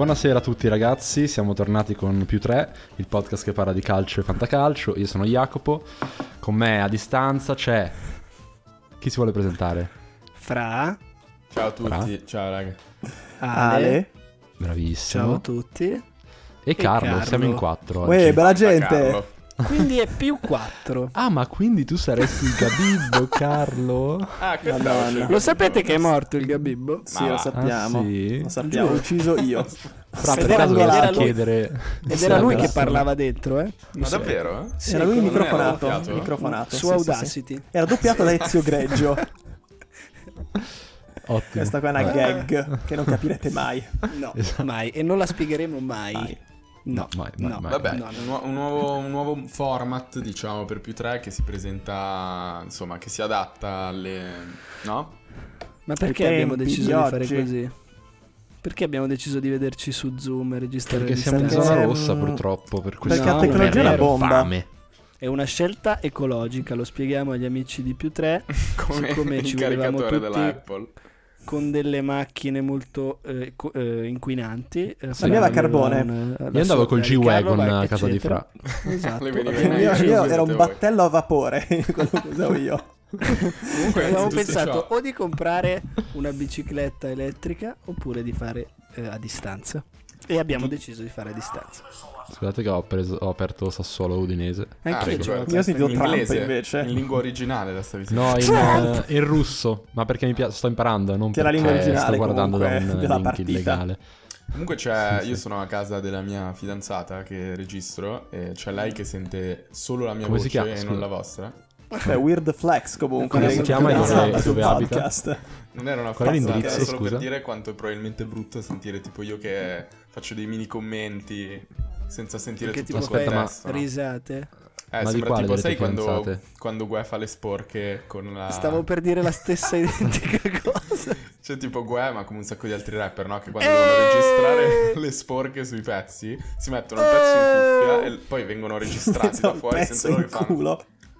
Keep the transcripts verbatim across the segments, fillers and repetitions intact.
buonasera a tutti ragazzi, siamo tornati con Più tre, il podcast che parla di calcio e fantacalcio. Io sono Jacopo, con me a distanza c'è... Chi si vuole presentare? Fra. Ciao a tutti, Fra. ciao raga. Ale. Ale. Bravissimo. Ciao a tutti. E, E Carlo, Carlo. siamo in quattro oggi. Uè, bella gente. Carlo. Quindi è più quattro. Ah, ma quindi tu saresti il Gabibbo, Carlo? Ah, che Madonna. Lo sapete che è morto il Gabibbo? Sì, Ma lo va. sappiamo. Ah, sì? Lo sappiamo, Giuro. ucciso io. Fra, per Ed era caso lui, volessi era lui. chiedere... Ed era lui che Sì. parlava dentro, eh? Ma davvero? Eh? Sì, Era lui con- microfonato, non era doppiato? microfonato. Su sì, sì, sì. Audacity. Era doppiato da Ezio Greggio. Ottimo. Questa qua è una Vabbè. gag che non capirete mai. No, Esatto. mai. E non la spiegheremo mai. Mai. No, mai, mai, no. mai. Vabbè, No, no. un, nu- un nuovo, un nuovo format, diciamo, per più tre che si presenta, insomma, che si adatta alle... no? Ma perché Ai abbiamo tempi deciso di di fare oggi. così? Perché abbiamo deciso di vederci su Zoom e registrare Perché a siamo in distanza? zona Ehm, rossa purtroppo, per cui perché la tecnologia è una avere bomba. fame. È una scelta ecologica, lo spieghiamo agli amici di Più tre. Come Siccome il ci vedevamo caricatore tutti dell'Apple. con delle macchine molto eh, co- eh, inquinanti. Eh, La mia va a Fabio carbone. aveva un- la Io andavo sua col Carlo G-Wagon Bike, a casa di eccetera. Fra. Esatto. Le veniva Il in mio, aiuto, io era un voi. battello a vapore, quello che usavo io. Comunque, Abbiamo in tutto pensato ciò- o di comprare una bicicletta elettrica oppure di fare eh, a distanza. E abbiamo deciso di fare a distanza. Scusate che ho, preso, ho aperto Sassuolo Udinese. Anche Ah, io ecco, ce l'ho guarda. Io ho sentito in Trump inglese, invece. in lingua originale la stavi sentendo. No, in, eh, in russo, ma perché mi piace, sto imparando, non Che è la perché lingua originale, sto guardando da comunque, un della link partita. illegale. Comunque c'è, Sì, sì. io sono a casa della mia fidanzata che registro e c'è lei che sente solo la mia Come si voce chiama, e scusa? non la vostra. Cioè, weird flex comunque. Come si che chiama e continuiamo dove- a sul dove abita? podcast. Non era una Qual è fazzata, l'indirizzo, era solo scusa? per dire quanto è probabilmente brutto sentire tipo io che faccio dei mini commenti senza sentire Che tutto tipo il Aspetta, fai ma- contesto. no? risate. Eh, Ma di sembra quale tipo, delle sai tue quando, fidanzate? quando Gue fa le sporche con la... Stavo per dire la stessa identica cosa. C'è tipo Gue, ma come un sacco di altri rapper, no? Che quando Eh! devono registrare le sporche sui pezzi, si mettono il pezzo in cuffia e poi vengono registrati da Un fuori pezzo senza loro in che fanno. culo.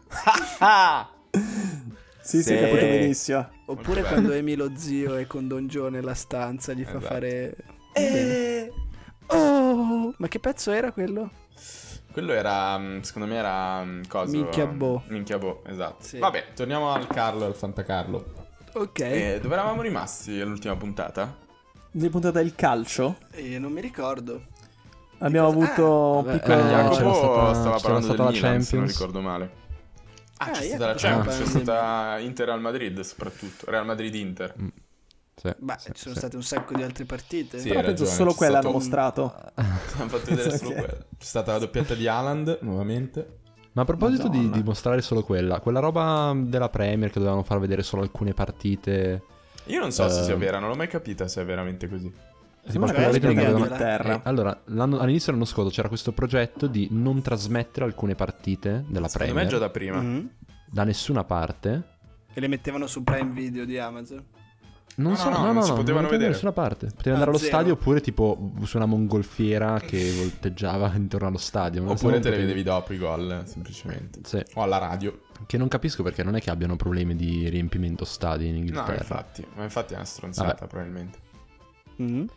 Sì, sì, Sì. ho capito benissimo. Oppure bello. quando Emi lo zio è con Don Gione nella stanza gli fa Esatto. fare... Eh, oh, ma che pezzo era quello? Quello era, mm, secondo me era mm, cosa? Minchia boh. Minchia boh, esatto. Sì. Vabbè, torniamo al Carlo e al Fantacarlo. Ok. Eh, dove eravamo rimasti all'ultima puntata? Nella puntata del calcio Eh, non mi ricordo. abbiamo cosa- avuto Ah, un vabbè. piccolo... Eh, Jacopo c'era stata- stava c'era parlando stata del la Milan, se non Champions. ricordo male. Ah, Ah, c'è io stata la pensavo Champions, c'è parli di- stata Inter al Madrid soprattutto, Real Madrid-Inter. Sì, Beh, sì, ci sono sì. state un sacco di altre partite. Sì, Però hai penso ragione, solo c'è quella stato hanno un- mostrato. Hanno fatto vedere solo Ok. quella. C'è stata la doppietta di Haaland, nuovamente. Ma a proposito di, Madonna. di mostrare solo quella, quella roba della Premier che dovevano far vedere solo alcune partite. Io non so se Eh. sia vera, non l'ho mai capita se è veramente così. Tipo Sembra quella che rete che spiegate dovevano- la- Inghilterra. Eh, allora, l'anno- all'inizio dell'anno scorso c'era questo progetto di non trasmettere alcune partite della Secondo Premier me già da prima. Mhm. da nessuna parte. E le mettevano su Prime Video di Amazon. Non No, so, no, no, no, no, non si no, potevano non vedere. da nessuna parte. Potevi Ah, andare allo zero. stadio oppure tipo su una mongolfiera che volteggiava intorno allo stadio. Ma Oppure non te le potevi- vedevi dopo i gol, semplicemente. Sì, O alla radio. che non capisco perché non è che abbiano problemi di riempimento stadi in No, Inghilterra. infatti. Ma infatti è una stronzata, Vabbè. probabilmente. Mhm.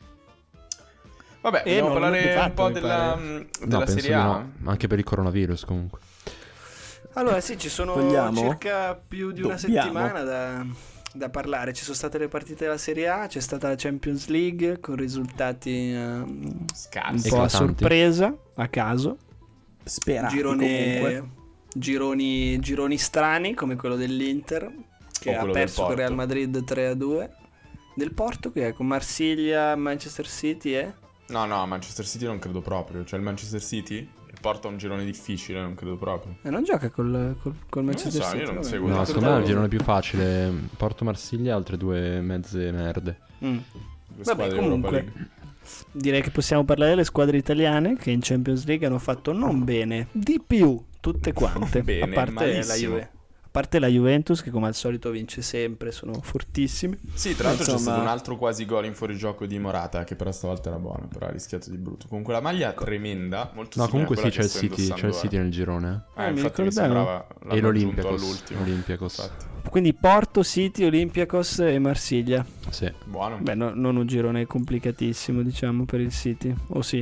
Vabbè, E vogliamo non parlare l'hanno un fatto, po' mi della, pare. mm, No, della penso Serie di A. no, anche per il coronavirus comunque. Allora sì, ci sono Vogliamo? circa più di una Dobbiamo. settimana da, da parlare. Ci sono state le partite della Serie A, c'è stata la Champions League con risultati eh, un Scarsi. po' a Eclatanti. sorpresa, a caso. Sperati Girone, comunque. gironi, gironi strani come quello dell'Inter che O ha quello del perso con Porto. Real Madrid tre a due. Del Porto che è con Marsiglia, Manchester City e... No, no, Manchester City non credo proprio. Cioè il Manchester City porta un girone difficile, non credo proprio. E non gioca col, col, col Manchester so, City. io non vabbè. seguo No, tanto secondo me è il quello- girone più facile. Porto Marsiglia e altre due mezze merde. Mm. Due Vabbè, squadre comunque, Europa League. direi che possiamo parlare delle squadre italiane che in Champions League hanno fatto non bene, di più, tutte quante. Bene, a parte la malissimo. Juve. A parte la Juventus che come al solito vince sempre, sono fortissimi. Sì, tra l'altro c'è Insomma- stato un altro quasi gol in fuorigioco di Morata, che però stavolta era buono, però ha rischiato di brutto. Comunque la maglia tremenda, molto No, simile comunque a sì, quella c'è il che sto City, c'è il indossando City ora. nel girone. Ah, Eh, mi infatti mi ricordavo. sembrava l'hanno E aggiunto l'Olympiacos. all'ultimo. Olympiacos. Infatti. Quindi Porto, City, Olympiacos e Marsiglia. Sì. Buono. Beh, no- non un girone complicatissimo, diciamo, per il City. O sì?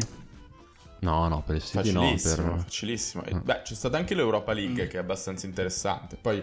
No, no, per il City no. Facilissimo, Per... facilissimo. E, Mm. beh, c'è stata anche l'Europa League Mm. che è abbastanza interessante. Poi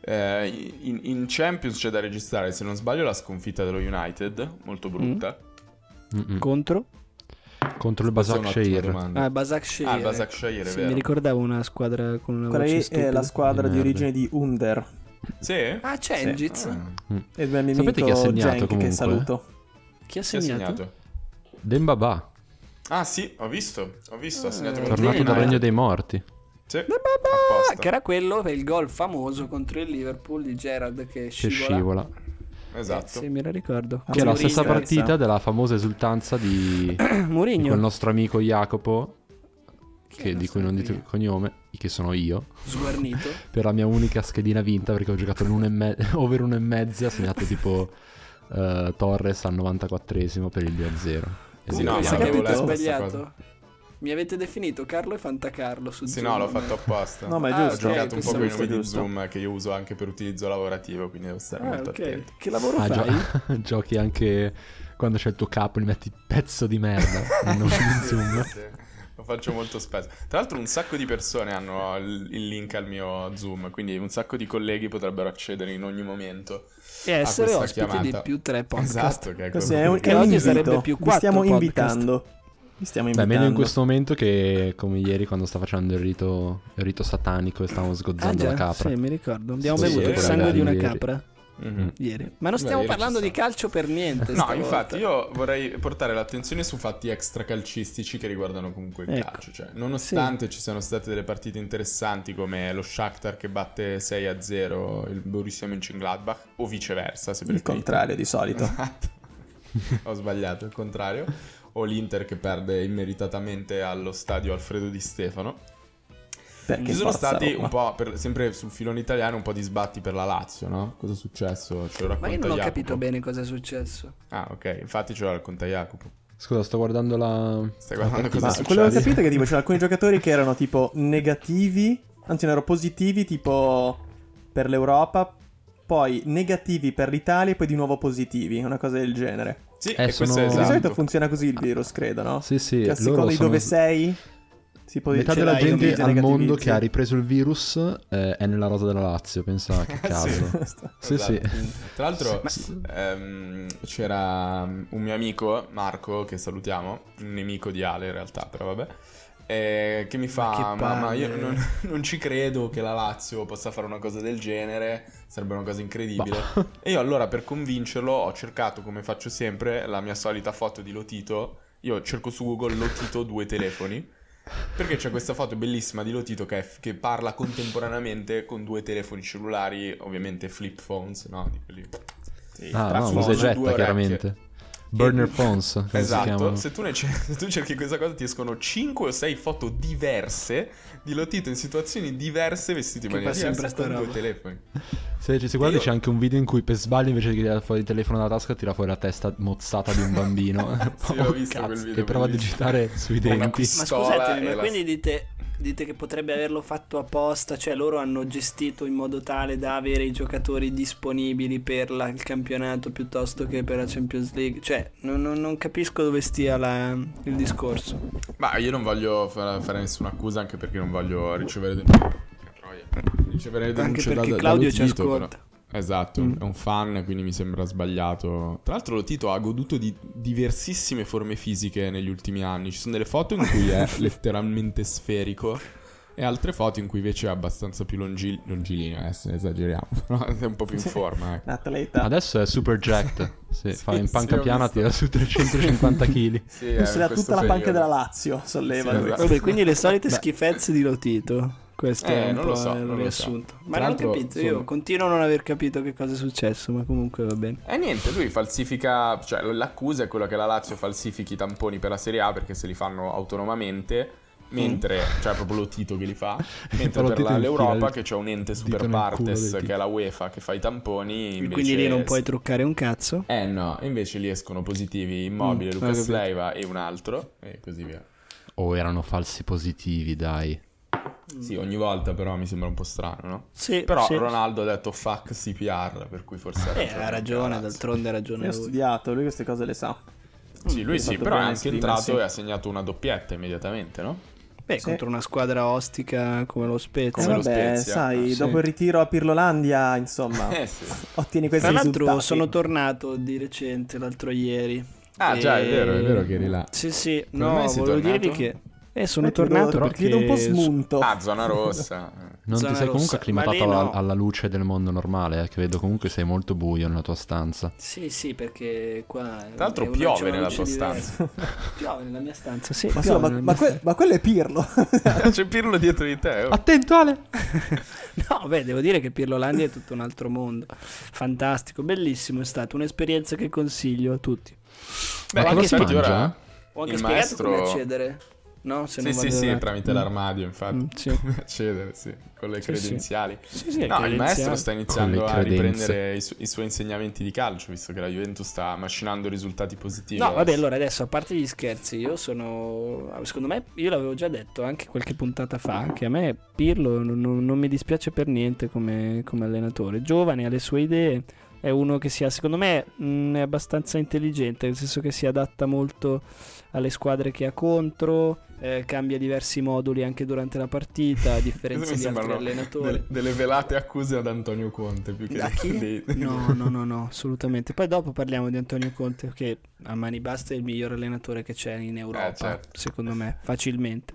eh, in, in Champions c'è da registrare, se non sbaglio, la sconfitta dello United, molto brutta. Mm-mm. Contro? Contro il Questa è un'ottima Basaksehir. domanda. Ah, Basaksehir. Ah, il Basaksehir, è Sì, vero. mi ricordavo una squadra con una Quella voce lì è stupida. la squadra Di di merda. origine di Under. Sì? Ah, Cengiz. Ah. E il mio Sapete chi ha amico segnato Genk comunque? che saluto. Chi ha Chi ha segnato? segnato? Dembaba, Ah sì, ho visto, ho visto, ha segnato Eh, contro tornato il dal United. regno dei morti. Sì, Ah, apposta. che era quello per il gol famoso contro il Liverpool di Gerrard che Che scivola. scivola. Esatto. Sì, me la ricordo. Che è la stessa Mourinho. partita della famosa esultanza di, di Mourinho. quel nostro amico Jacopo, Chi è che, il di nostro cui non dite il amico? cognome, che sono io, Sguarnito. per la mia unica schedina vinta, perché ho giocato l'uno e me- over uno e mezza, ho segnato tipo eh, Torres al novantaquattresimo per il due a zero. Sì, Comunque no, sai ma che avevo avete letto questa sbagliato? cosa. Mi avete definito Carlo e Fantacarlo su Sì, Zoom. no, l'ho fatto apposta. No, ma è Ah, Ho giusto. ok, giocato un po' con i giusto, nomi di giusto. Zoom che io uso anche per utilizzo lavorativo, quindi devo stare Ah, molto ok. attento. Che lavoro Ah, fai? gio- giochi anche quando c'è il tuo capo, gli metti pezzo di merda nel nome di Sì, Zoom. sì, lo faccio molto spesso. Tra l'altro un sacco di persone hanno il, il link al mio Zoom, quindi un sacco di colleghi potrebbero accedere in ogni momento E essere questa ospiti chiamata. di più tre podcast. Esatto, che è Questo quello è un, che- è un oggi invito. sarebbe più Vi quattro stiamo podcast. invitando. Vi stiamo Beh, invitando. meglio in questo momento che come ieri quando sta facendo il rito, il rito satanico e stavamo Ah sgozzando già, la capra. sì, mi ricordo. Abbiamo Sì, bevuto sì, il sangue di una ieri. capra Mhm. ieri. Ma non Beh, stiamo ieri parlando ci di sta. calcio per niente. No, stavolta. infatti io vorrei portare l'attenzione su fatti extracalcistici che riguardano comunque il Ecco. calcio. Cioè, nonostante ci siano state delle partite interessanti come lo Shakhtar che batte sei a zero il Borussia Mönchengladbach o viceversa, se Il preferite. contrario di solito. Esatto. Ho sbagliato, il contrario. O l'Inter che perde immeritatamente allo stadio Alfredo Di Stefano. Perché Ci sono forza stati Roma. un po', per- sempre sul filone italiano, un po' di sbatti per la Lazio, no? Cosa è successo? Ce lo racconta Ma io non ho Jacopo. capito bene cosa è successo. Ah, ok, infatti ce lo racconta Jacopo. Scusa, sto guardando la... Stai guardando cosa Ma succede? quello che ho capito è che tipo c'erano alcuni giocatori che erano tipo negativi, anzi no, erano positivi tipo per l'Europa, poi negativi per l'Italia e poi di nuovo positivi, una cosa del genere. Sì, Eh, e questo sono- è Di solito esatto. funziona così il virus, credo, no? Sì, sì, Che a seconda loro di sono... dove sei si può Metà ce della l'hai, gente ovviamente, al mondo negativizzi. che ha ripreso il virus eh, è nella rosa della Lazio, pensa che caso. Sì, Esatto. sì. Tra l'altro ehm, c'era un mio amico, Marco, che salutiamo, un nemico di Ale in realtà, però vabbè, eh, che mi fa, Ma ma, che ma io palle." non, non ci credo che la Lazio possa fare una cosa del genere, sarebbe una cosa incredibile. E io allora per convincerlo ho cercato, come faccio sempre, la mia solita foto di Lotito. Io cerco su Google Lotito due telefoni. Perché c'è questa foto bellissima di Lotito che, è- che parla contemporaneamente con due telefoni cellulari, ovviamente flip phones, no? Di quelli... Sì, Ah, Tra no, l'altro usa e sono due getta orecchie. chiaramente. Burner phones, come si Esatto, chiamano. se tu, ne cer- se tu cerchi questa cosa ti escono cinque o sei foto diverse di Lotito in situazioni diverse vestito in Che maniera fa sempre diversa sta con due roba. telefoni. Se ci si guarda Io- c'è anche un video in cui per sbaglio invece di tirare fuori il telefono dalla tasca tira fuori la testa mozzata di un bambino. Sì, ho Oh, visto cazzo, quel video, che prova a bellissimo. digitare sui Con una denti. pis- Ma Pistola scusatemi, e ma la- quindi dite, dite che potrebbe averlo fatto apposta, cioè loro hanno gestito in modo tale da avere i giocatori disponibili per la- il campionato piuttosto che per la Champions League, cioè non, non- non capisco dove stia la- il discorso. Ma io non voglio fa- fare nessuna accusa anche perché non voglio ricevere denunce. Ricevere denunce Anche perché da, Claudio da ci Lotito, ascolta. però. Esatto, Mm. è un fan, quindi mi sembra sbagliato. Tra l'altro Lotito ha goduto di diversissime forme fisiche negli ultimi anni. Ci sono delle foto in cui è letteralmente sferico e altre foto in cui invece è abbastanza più longi- longilineo, adesso esageriamo, però è un po' più in forma, ecco. Atleta. Adesso è super jacked. Sì, Sì, fa in sì, panca ho piana, visto. tira su trecentocinquanta chili. Sì, è Questo in da questo tutta la panca periodo. della Lazio solleva Sì, lui. esatto. Vabbè, quindi le solite schifezze di Lotito. Questo Eh, è un non po' lo so, il non lo so. riassunto. Ma Tra non ho l'altro capito, io sono- continuo a non aver capito che cosa è successo, ma comunque va bene. E niente, lui falsifica, cioè l'accusa è quella che la Lazio falsifichi i tamponi per la Serie A perché se li fanno autonomamente, mentre, cioè proprio lo Tito che li fa, mentre Fa lo per Tito la- infila l'Europa il che c'è un ente dito super nel culo partes del che Tito. è la UEFA che fa i tamponi, invece... Quindi lì non puoi truccare un cazzo. Eh no, invece lì escono positivi Immobile, Mm, ho Lucas capito. Leiva e un altro e così via. O erano falsi positivi, dai. Sì, ogni volta però mi sembra un po' strano, no? Sì, Però sì. Ronaldo ha detto fuck C P R, per cui forse ha Eh, ragione. ha ragione, Ragazzi. d'altronde ha ragione Io ho lui. studiato, lui queste cose le sa. Sì, lui Ha sì, fatto però è bene a anche entrato esprimersi. e ha segnato una doppietta immediatamente, no? Beh, Sì. contro una squadra ostica come lo Eh, Spezia. Come lo vabbè, Spezia. sai, Sì. dopo il ritiro a Pirlolandia, insomma, Eh sì. ottieni questi Tra l'altro risultati. sono tornato di recente, l'altro ieri. Ah, già, è vero, è vero che eri là. Sì, sì, Come no, mai sei volevo tornato? dirvi che... Eh, sono Eh, ti vedo- tornato ti perché... vedo un po' smunto. Ah, zona rossa. Non Zona ti sei comunque rossa, ma acclimatato lì alla, no. alla luce del mondo normale, eh, che vedo comunque sei molto buio nella tua stanza. Sì, sì, perché qua... Tra l'altro è una- piove c'è una nella luce tua diversa. Piove nella mia stanza, sì. Ma, piove scusa, ma, nella ma, mia que- ma quello è Pirlo. C'è Pirlo dietro di te. oh. Attento Ale! No, beh, devo dire che Pirlolandia è tutto un altro mondo. Fantastico, bellissimo è stato, un'esperienza che consiglio a tutti. Beh, Ma anche cosa si infatti mangia? ora Ho anche il spiegato maestro... come accedere, no? Se Sì, non sì, vado sì, errato. tramite Mm. l'armadio, infatti. Mm, sì. Come accedere, sì, con le Sì, sì. credenziali. Sì, sì, No, il credenziali. maestro sta iniziando Con le a credenze. riprendere i, su- i suoi insegnamenti di calcio, visto che la Juventus sta macinando risultati positivi. No, vabbè, adesso. allora adesso, a parte gli scherzi, io sono... Secondo me, io l'avevo già detto anche qualche puntata fa, che a me Pirlo non, non- non mi dispiace per niente come, come allenatore. Giovane, ha le sue idee, è uno che sia, secondo me, mh, è abbastanza intelligente, nel senso che si adatta molto alle squadre che ha contro, eh, cambia diversi moduli anche durante la partita, a differenza Mi di altri sembrano allenatori. del- delle velate accuse ad Antonio Conte più che Da chi? dei- No, no, no, no, assolutamente. Poi dopo parliamo di Antonio Conte, che a mani basse è il miglior allenatore che c'è in Europa, Eh, certo. secondo me, facilmente.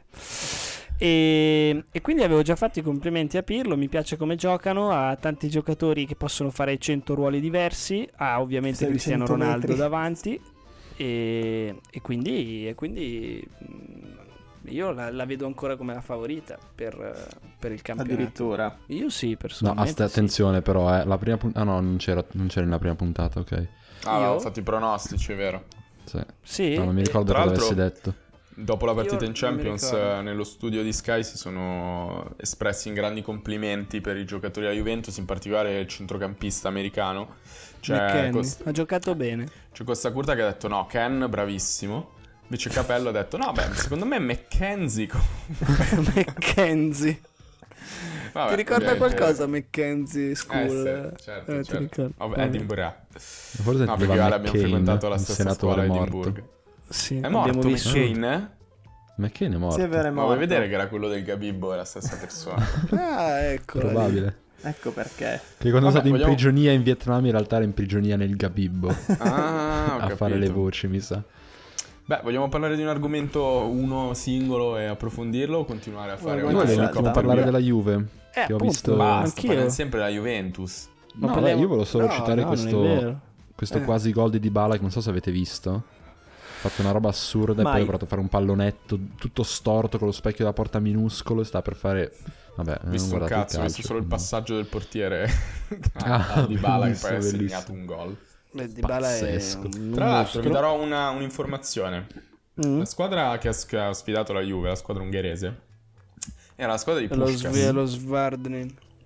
E, e quindi avevo già fatto i complimenti a Pirlo, mi piace come giocano, ha tanti giocatori che possono fare cento ruoli diversi, ha ovviamente Sei Cristiano cento Ronaldo metri. davanti e, e quindi, e quindi mh, io la, la vedo ancora come la favorita per, per il campionato. Addirittura. Io sì, No, personalmente. asta- sì. attenzione però, eh, la prima pun- ah no, non c'era, non c'era nella prima puntata, ok. Ah, Io? ho fatto i pronostici, è vero. Sì. Sì? No, non mi ricordo tra cosa l'altro- avessi detto. Dopo la partita Io in non mi Champions, ricordo. eh, nello studio di Sky si sono espressi in grandi complimenti per i giocatori della Juventus, in particolare il centrocampista americano. C'è, McKennie, cos- ha giocato bene. c'è Costa Curta che ha detto no, Ken bravissimo. Invece Capello ha detto no, beh, secondo me McKenzie... McKenzie. Vabbè, Ti ricorda ovviamente- qualcosa McKenzie School? Eh sì, certo, Eh, ti certo. ricordo. Vabbè, Vabbè. Edinburgh. Forse No, diceva perché ora abbiamo McCain, frequentato la il stessa senatore scuola a morto. Edimburgo. Sì, È abbiamo morto visto. McCain, eh? McCain è morto. Sì, è vero, è Ma morto. vuoi vedere che era quello del Gabibbo, è la stessa persona? Ah, ecco. Probabile. Ecco perché. Che quando Vabbè, è stato in vogliamo- prigionia in Vietnam in realtà era in prigionia nel Gabibbo Ah, ho a capito. fare le voci, mi sa. Beh, vogliamo parlare di un argomento uno singolo e approfondirlo o continuare a fare Io Io una volevo un Guarda, attimo guarda, parlare guarda. della Juve, Eh, che ho appunto, visto... Basta, anch'io. parliamo sempre della Juventus. Ma No, beh, parliamo- io volevo solo No, citare no, non è questo, vero. questo Eh. quasi gol di Dybala che non so se avete visto. Ha fatto una roba assurda e Mai. poi ha provato a fare un pallonetto tutto storto con lo specchio della porta minuscolo e sta per fare... Vabbè, Ho non visto un guardate il cazzo, ho visto calcio, solo il quindi- passaggio del portiere Ah, a Dybala che poi ha bellissimo, segnato un gol. Beh, Dybala è Pazzesco. un Tra l'altro vi mostro. darò una, un'informazione. Mm. La squadra che ha, che ha sfidato la Juve, la squadra ungherese, era la squadra di Lo, Puskás. Sve- lo Svardnen.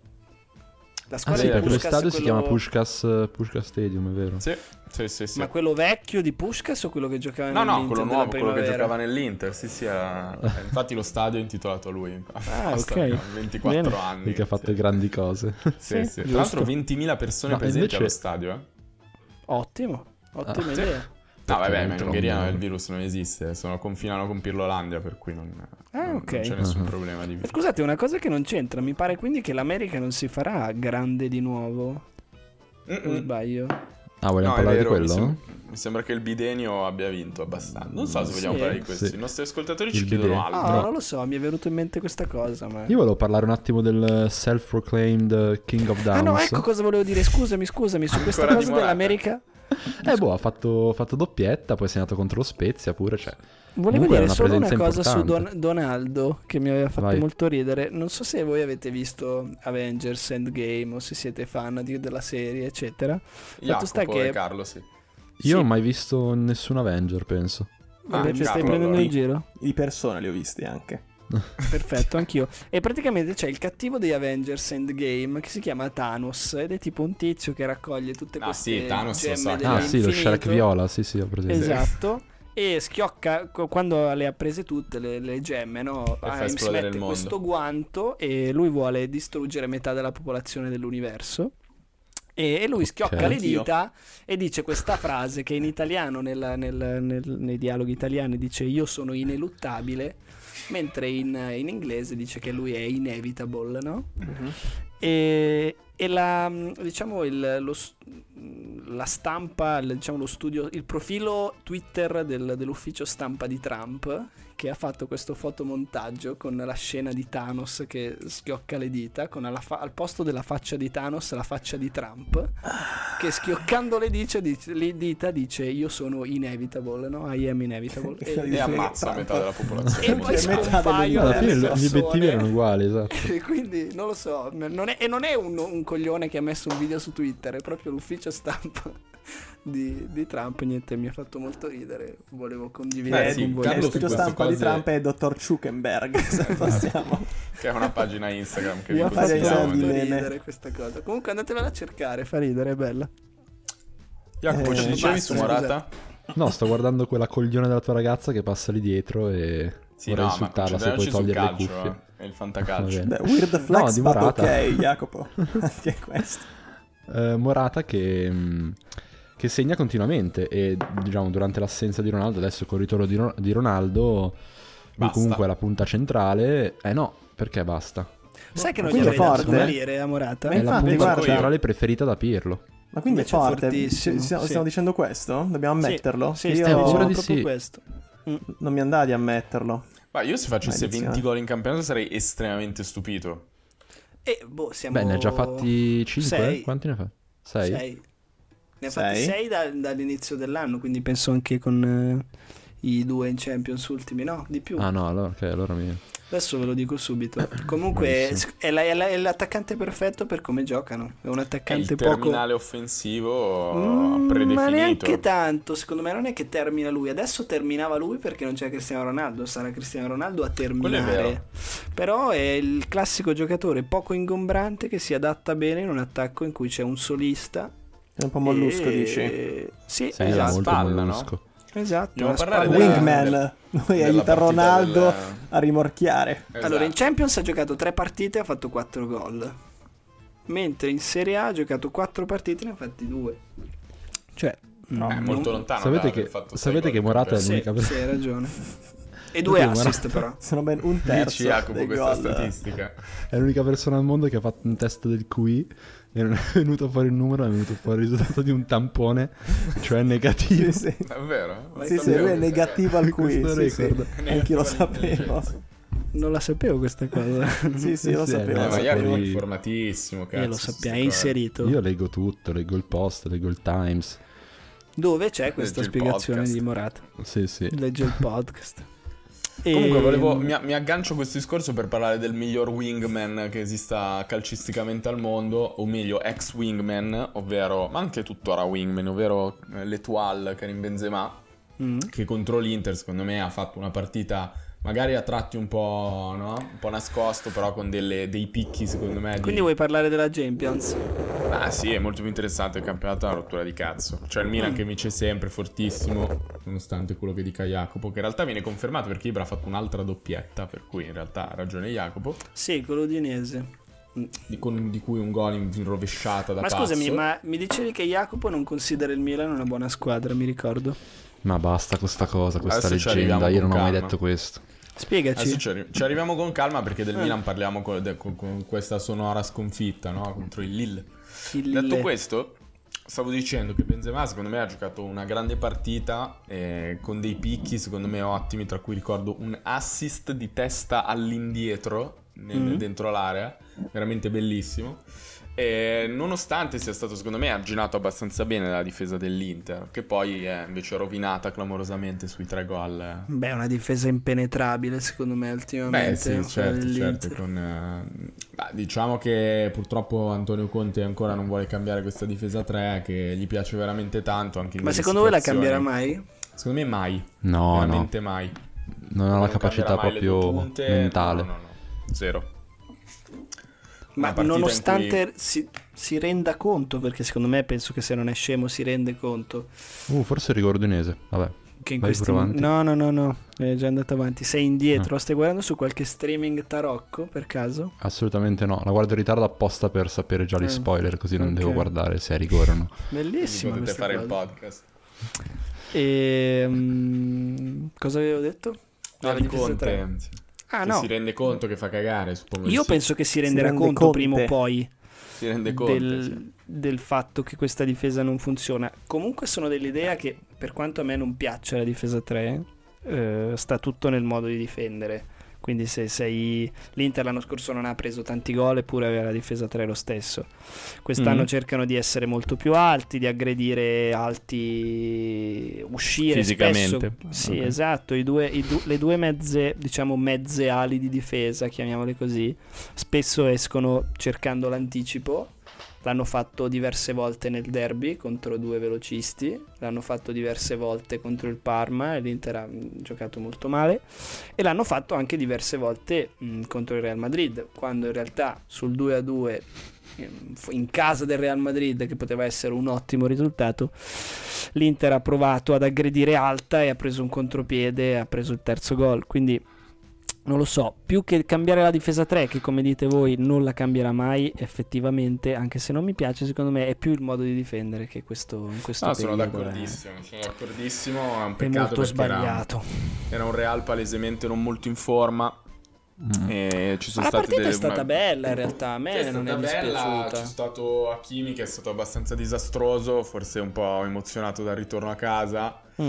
La Ah squadra sì, di perché lo Puskás, stadio si quello- chiama Puskás, Puskás Stadium, è vero? Sì, sì, sì, sì. Ma quello vecchio di Puskás o quello che giocava No, no, nell'Inter quello della nuovo, quello che primavera? giocava nell'Inter, sì, sì, era... eh, infatti lo stadio è intitolato a lui. Ah, Basta, ok. ha ventiquattro Bene. anni. Perché ha fatto sì. grandi cose. Sì, Sì, sì. Tra giusto. l'altro ventimila persone No, presenti invece- allo stadio, eh. Ottimo, ottima Ah, sì. idea. No, vabbè, ma in dentro Ungheria un- il virus non esiste, sono confinano con Pirlolandia, per cui non, Ah, non- ok. non c'è nessun Uh-huh. problema di Eh, virus. Scusate, una cosa che non c'entra, mi pare quindi che l'America non si farà grande di nuovo, o Mm-mm. sbaglio? Ah, vogliamo No, è parlare vero, di mi, quello? sem- mi sembra che il bidenio abbia vinto abbastanza. Non so se vogliamo Sì. parlare di questo. Sì. I nostri ascoltatori Il ci chiedono bidet. altro. Ah, No. non lo so, mi è venuto in mente questa cosa, ma... Io volevo parlare un attimo del self-proclaimed King of Downs. Ah no, ecco cosa volevo dire, scusami, scusami, su questa Ancora cosa di Morata. dell'America Eh, boh, ha fatto, fatto doppietta, poi è segnato contro lo Spezia pure, cioè... volevo Comunque dire era una solo una presenza cosa su Don- importante. Donaldo che mi aveva fatto Vai. molto ridere. Non so se voi avete visto Avengers Endgame o se siete fan di- della serie, eccetera. Jacopo sta che- e Carlo, sì. Io Sì. non ho mai visto nessun Avenger, penso. Vabbè, Ah, ci stai Carlo, prendendo allora. in giro? Di persona li ho visti anche. Perfetto, anch'io. E praticamente c'è il cattivo degli Avengers Endgame che si chiama Thanos ed è tipo un tizio che raccoglie tutte Ah, queste sì, Thanos lo gemme so. Ah sì, lo dell'infinito. Shark Viola, sì sì, ho presente. Esatto. e schiocca co- quando le ha prese tutte le, le gemme, no? fa Ah, si esplodere il mette mondo. questo guanto e lui vuole distruggere metà della popolazione dell'universo. E e lui schiocca Ok. le dita e dice questa frase che in italiano, nella- nel- nel- nei dialoghi italiani, dice io sono ineluttabile, mentre in, in inglese dice che lui è inevitable, no? Mhm. E, e la, diciamo, il, lo, s- la stampa, il, diciamo, lo studio, il profilo Twitter del- dell'ufficio stampa di Trump, che ha fatto questo fotomontaggio con la scena di Thanos che schiocca le dita, con alla fa- al posto della faccia di Thanos la faccia di Trump, che schioccando le, dice, dice- le dita dice io sono inevitable, no? I am inevitable. E, E ammazza Trump. metà della popolazione. e poi Cioè, metà scompaiono Alla fine le gli obiettivi persone. erano uguali, esatto. E quindi non lo so, non è, e non è un, un coglione che ha messo un video su Twitter, è proprio l'ufficio stampa di, di Trump. Niente, mi ha fatto molto ridere, volevo condividere Eh, sì, con voi. Carlo, Il su studio queste stampa di cose- Trump è dottor Zuckerberg, se possiamo. Che è una pagina Instagram che vi Mi ha Mi ha fatto fatto consigliamo. di molto meme. ridere questa cosa. Comunque andatevela a cercare, fa ridere, è bella. Jacopo, Eh, ci dicevi basta, su Morata? No, sto guardando quella coglione della tua ragazza che passa lì dietro e Sì, vorrei no, ma insultarla se puoi concentriamoci sul togliere le calcio, cuffie. eh. È il fantacalcio. Va bene. Beh, weird flex, No, di but Morata. ok, Jacopo. Anche questo. Eh, Morata che, mh, che segna continuamente e diciamo durante l'assenza di Ronaldo, adesso con il ritorno di, Ro- di Ronaldo, lui Basta. comunque è la punta centrale. Eh no, perché basta? Sai che non Quindi gli avrei è dato forte. salire a Morata? Ma È la infatti, punta guarda- centrale preferita da Pirlo. Ma quindi Invece è è forte. fortissimo, Ci- stiamo, sì. stiamo dicendo questo? Dobbiamo Sì, ammetterlo? Sì, Io stiamo paura dicendo di proprio sì. questo. Mm. non mi andava di ammetterlo. Ma io se facesse Maledizione. venti gol in campionato sarei estremamente stupito. E boh, siamo Beh, ne ha già fatti cinque? Sei. Quanti ne fa? sei? Sei. Ne ha fatti Sei? sei da- dall'inizio dell'anno, quindi penso anche con eh, i due in Champions ultimi, no? Di più. Ah no, allora, ok, allora mi... Adesso ve lo dico subito. Comunque Bravissimo. è, la- è la- è l'attaccante perfetto per come giocano. È un È attaccante il poco... terminale offensivo Mm, predefinito. ma neanche tanto, secondo me non è che termina lui. Adesso terminava lui perché non c'è Cristiano Ronaldo, sarà Cristiano Ronaldo a Quello è terminare. vero. Però è il classico giocatore poco ingombrante che si adatta bene in un attacco in cui c'è un solista. È un po' mollusco, e- dici? Sì, Sì, Eh, era la esatto. molto spalla, no? mollusco. Esatto, Dobbiamo una parlare spalla- della- Wingman. del- Lui della aiuta partita Ronaldo del- a rimorchiare. Allora, in Esatto. Champions ha giocato tre partite e ha fatto quattro gol. Mentre in Serie A ha giocato quattro partite e ne ha fatti due. Cioè, no, È molto lontano Sapete da che- aver fatto sei sapete gol che in Morata è campionato. sì, l'unica- sì, hai ragione. E due Perché assist Morata- però. Sono ben un terzo Dici Jacopo dei questa gol. statistica. È l'unica persona al mondo che ha fatto un test del Q I e non è venuto fuori il numero, è venuto fuori il risultato di un tampone, cioè negativo. Sì, sì. È vero? Sì, sì, lui è negativo al quiz. Questo Sì, sì. record. Anch'io lo sapevo. Non la sapevo questa cosa. Sì, sì, lo Sì, sapevo. Eh, no, ma so Jacopo è fuori- informatissimo, cazzo. Eh, lo su sappiamo, è queste cose. inserito. Io leggo tutto, leggo il Post, leggo il Times. Dove c'è questa Leggi il spiegazione podcast. di Morata. Sì, sì. Legge il podcast. E- Comunque volevo, mi, mi aggancio a questo discorso per parlare del miglior wingman che esista calcisticamente al mondo, o meglio ex wingman, ovvero, ma anche tuttora wingman, ovvero eh, l'Etoile Karim Benzema, Mm. che contro l'Inter secondo me ha fatto una partita magari a tratti un po', no? Un po' nascosto, però con delle- dei picchi secondo me di... Quindi vuoi parlare della Champions? Ah sì, è molto più interessante il campionato, è una rottura di cazzo. Cioè il Milan che vince sempre, fortissimo, nonostante quello che dica Jacopo, che in realtà viene confermato perché Ibra ha fatto un'altra doppietta, per cui in realtà ha ragione Jacopo, Sì, con l'Udinese. di, con- di cui un gol in, in rovesciata da Ma passo. scusami, ma mi dicevi che Jacopo non considera il Milan una buona squadra, mi ricordo. Ma basta questa cosa, questa Adesso ci leggenda, arriviamo io con non ho mai calma. detto questo. Spiegaci. Adesso ci, arri- ci arriviamo con calma perché del Eh. Milan parliamo co- de- con, con questa sonora sconfitta, no? Contro il Lille. Il Detto Lille. questo, stavo dicendo che Benzema secondo me ha giocato una grande partita eh, con dei picchi secondo me ottimi, tra cui ricordo un assist di testa all'indietro nel- Mm. dentro l'area, veramente bellissimo. E nonostante sia stato secondo me arginato abbastanza bene dalla difesa dell'Inter, che poi è invece rovinata clamorosamente sui tre gol. Beh, è una difesa impenetrabile secondo me ultimamente. Beh sì, quella certo, dell'Inter. certo con, eh, beh, diciamo che purtroppo Antonio Conte ancora non vuole cambiare questa difesa tre, che gli piace veramente tanto anche in Ma delle secondo voi la situazioni- cambierà mai? Secondo me mai, No, veramente mai. no, non ho la capacità cambierà mai le due proprio punte, mentale. no, no, no, zero. Ma Una partita in nonostante si, si renda conto, perché secondo me penso che se non è scemo si rende conto. Uh, forse il rigore udinese, vabbè. Che in Vai questi pure mo- avanti. No, no, no, no, è già andato avanti. Sei indietro, stai guardando su qualche streaming tarocco per caso? Assolutamente no, la guardo in ritardo apposta per sapere già gli Eh, spoiler, così non ok. devo guardare se è a rigore o no. Bellissimo. Potete questa fare il cosa. podcast. E mm, cosa avevo detto? No, Della di difesa tre. Conte. Ah, Che no. si rende conto che fa cagare, suppongo. di Io sì. penso che si renderà rende conto Conte. prima o poi Si rende conto. del, sì. del fatto che questa difesa non funziona. Comunque sono dell'idea che, per quanto a me non piaccia la difesa tre, eh, sta tutto nel modo di difendere. Quindi se sei l'Inter l'anno scorso non ha preso tanti gol eppure aveva la difesa tre lo stesso. Quest'anno Mhm. cercano di essere molto più alti, di aggredire alti, uscire Fisicamente. spesso. Sì, Ok. esatto, i due, i du- le due mezze, diciamo mezze ali di difesa, chiamiamole così, spesso escono cercando l'anticipo. L'hanno fatto diverse volte nel derby contro due velocisti, l'hanno fatto diverse volte contro il Parma e l'Inter ha mh, giocato molto male, e l'hanno fatto anche diverse volte mh, contro il Real Madrid, quando in realtà sul due a due ehm, fu- in casa del Real Madrid, che poteva essere un ottimo risultato, l'Inter ha provato ad aggredire alta e ha preso un contropiede e ha preso il terzo gol. Quindi non lo so, più che cambiare la difesa tre, che come dite voi non la cambierà mai effettivamente, anche se non mi piace, secondo me è più il modo di difendere che questo, in questo No, sono periodo d'accordissimo, sono d'accordissimo. È un è, è peccato molto perché era, sbagliato. era un Real palesemente non molto in forma. Mm. E ci Ma sono la state partita delle è stata ma- bella in realtà, a me Sì, è non è stata bella. dispiaciuta. C'è stato Hakimi che è stato abbastanza disastroso, forse un po' emozionato dal ritorno a casa. Mm.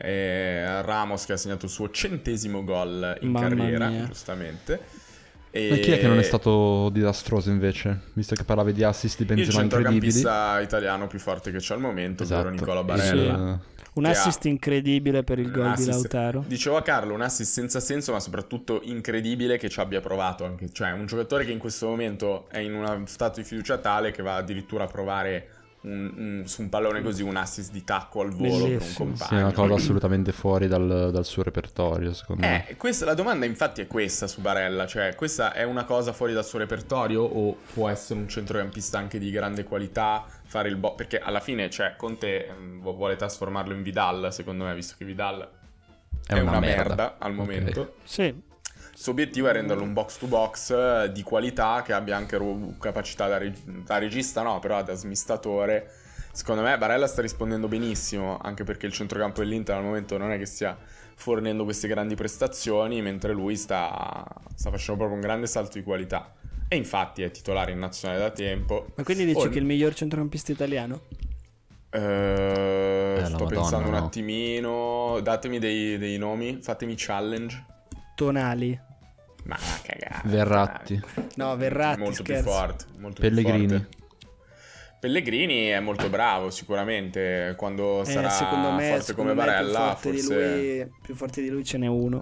E Ramos che ha segnato il suo centesimo gol in Mamma carriera, mia. giustamente. E chi è che non è stato disastroso invece? Visto che parlavi di assist di il Benzema incredibili. centrocampista italiano più forte che c'è al momento, ovvero Esatto. Nicola Il- Barella. Un che assist ha- incredibile per il Un gol di assist- Lautaro. Dicevo a Carlo, un assist senza senso, ma soprattutto incredibile che ci abbia provato anche. Cioè, un giocatore che in questo momento è in uno stato di fiducia tale che va addirittura a provare un- un- su un pallone così un assist di tacco al volo per un Bellissimo. compagno. Sì, è una cosa assolutamente fuori dal, dal suo repertorio, secondo me. Eh, questa, la domanda infatti è questa su Barella, cioè questa è una cosa fuori dal suo repertorio o può essere un centrocampista anche di grande qualità, fare il bo- perché alla fine, cioè, Conte ehm, vu- vuole trasformarlo in Vidal, secondo me, visto che Vidal è, una, merda, al Ok. momento. Sì, Il suo obiettivo è renderlo un box to box eh, di qualità, che abbia anche ru- capacità da, reg- da regista, no, però da smistatore. Secondo me Barella sta rispondendo benissimo, anche perché il centrocampo dell'Inter al momento non è che stia fornendo queste grandi prestazioni, mentre lui sta, sta facendo proprio un grande salto di qualità. E infatti è titolare in nazionale da tempo. ma quindi dici Oh, che è il miglior centrocampista italiano? eh, la sto Madonna, pensando un no. attimino, datemi dei, dei nomi, fatemi challenge. Tonali. Ma cagare. Verratti. No, Verratti, Molto scherzo. più forte, molto più Pellegrini. forte. Pellegrini è molto bravo sicuramente, quando Eh, sarà secondo me, forte secondo come me Barella più forte forse... di lui, più forte di lui ce n'è uno.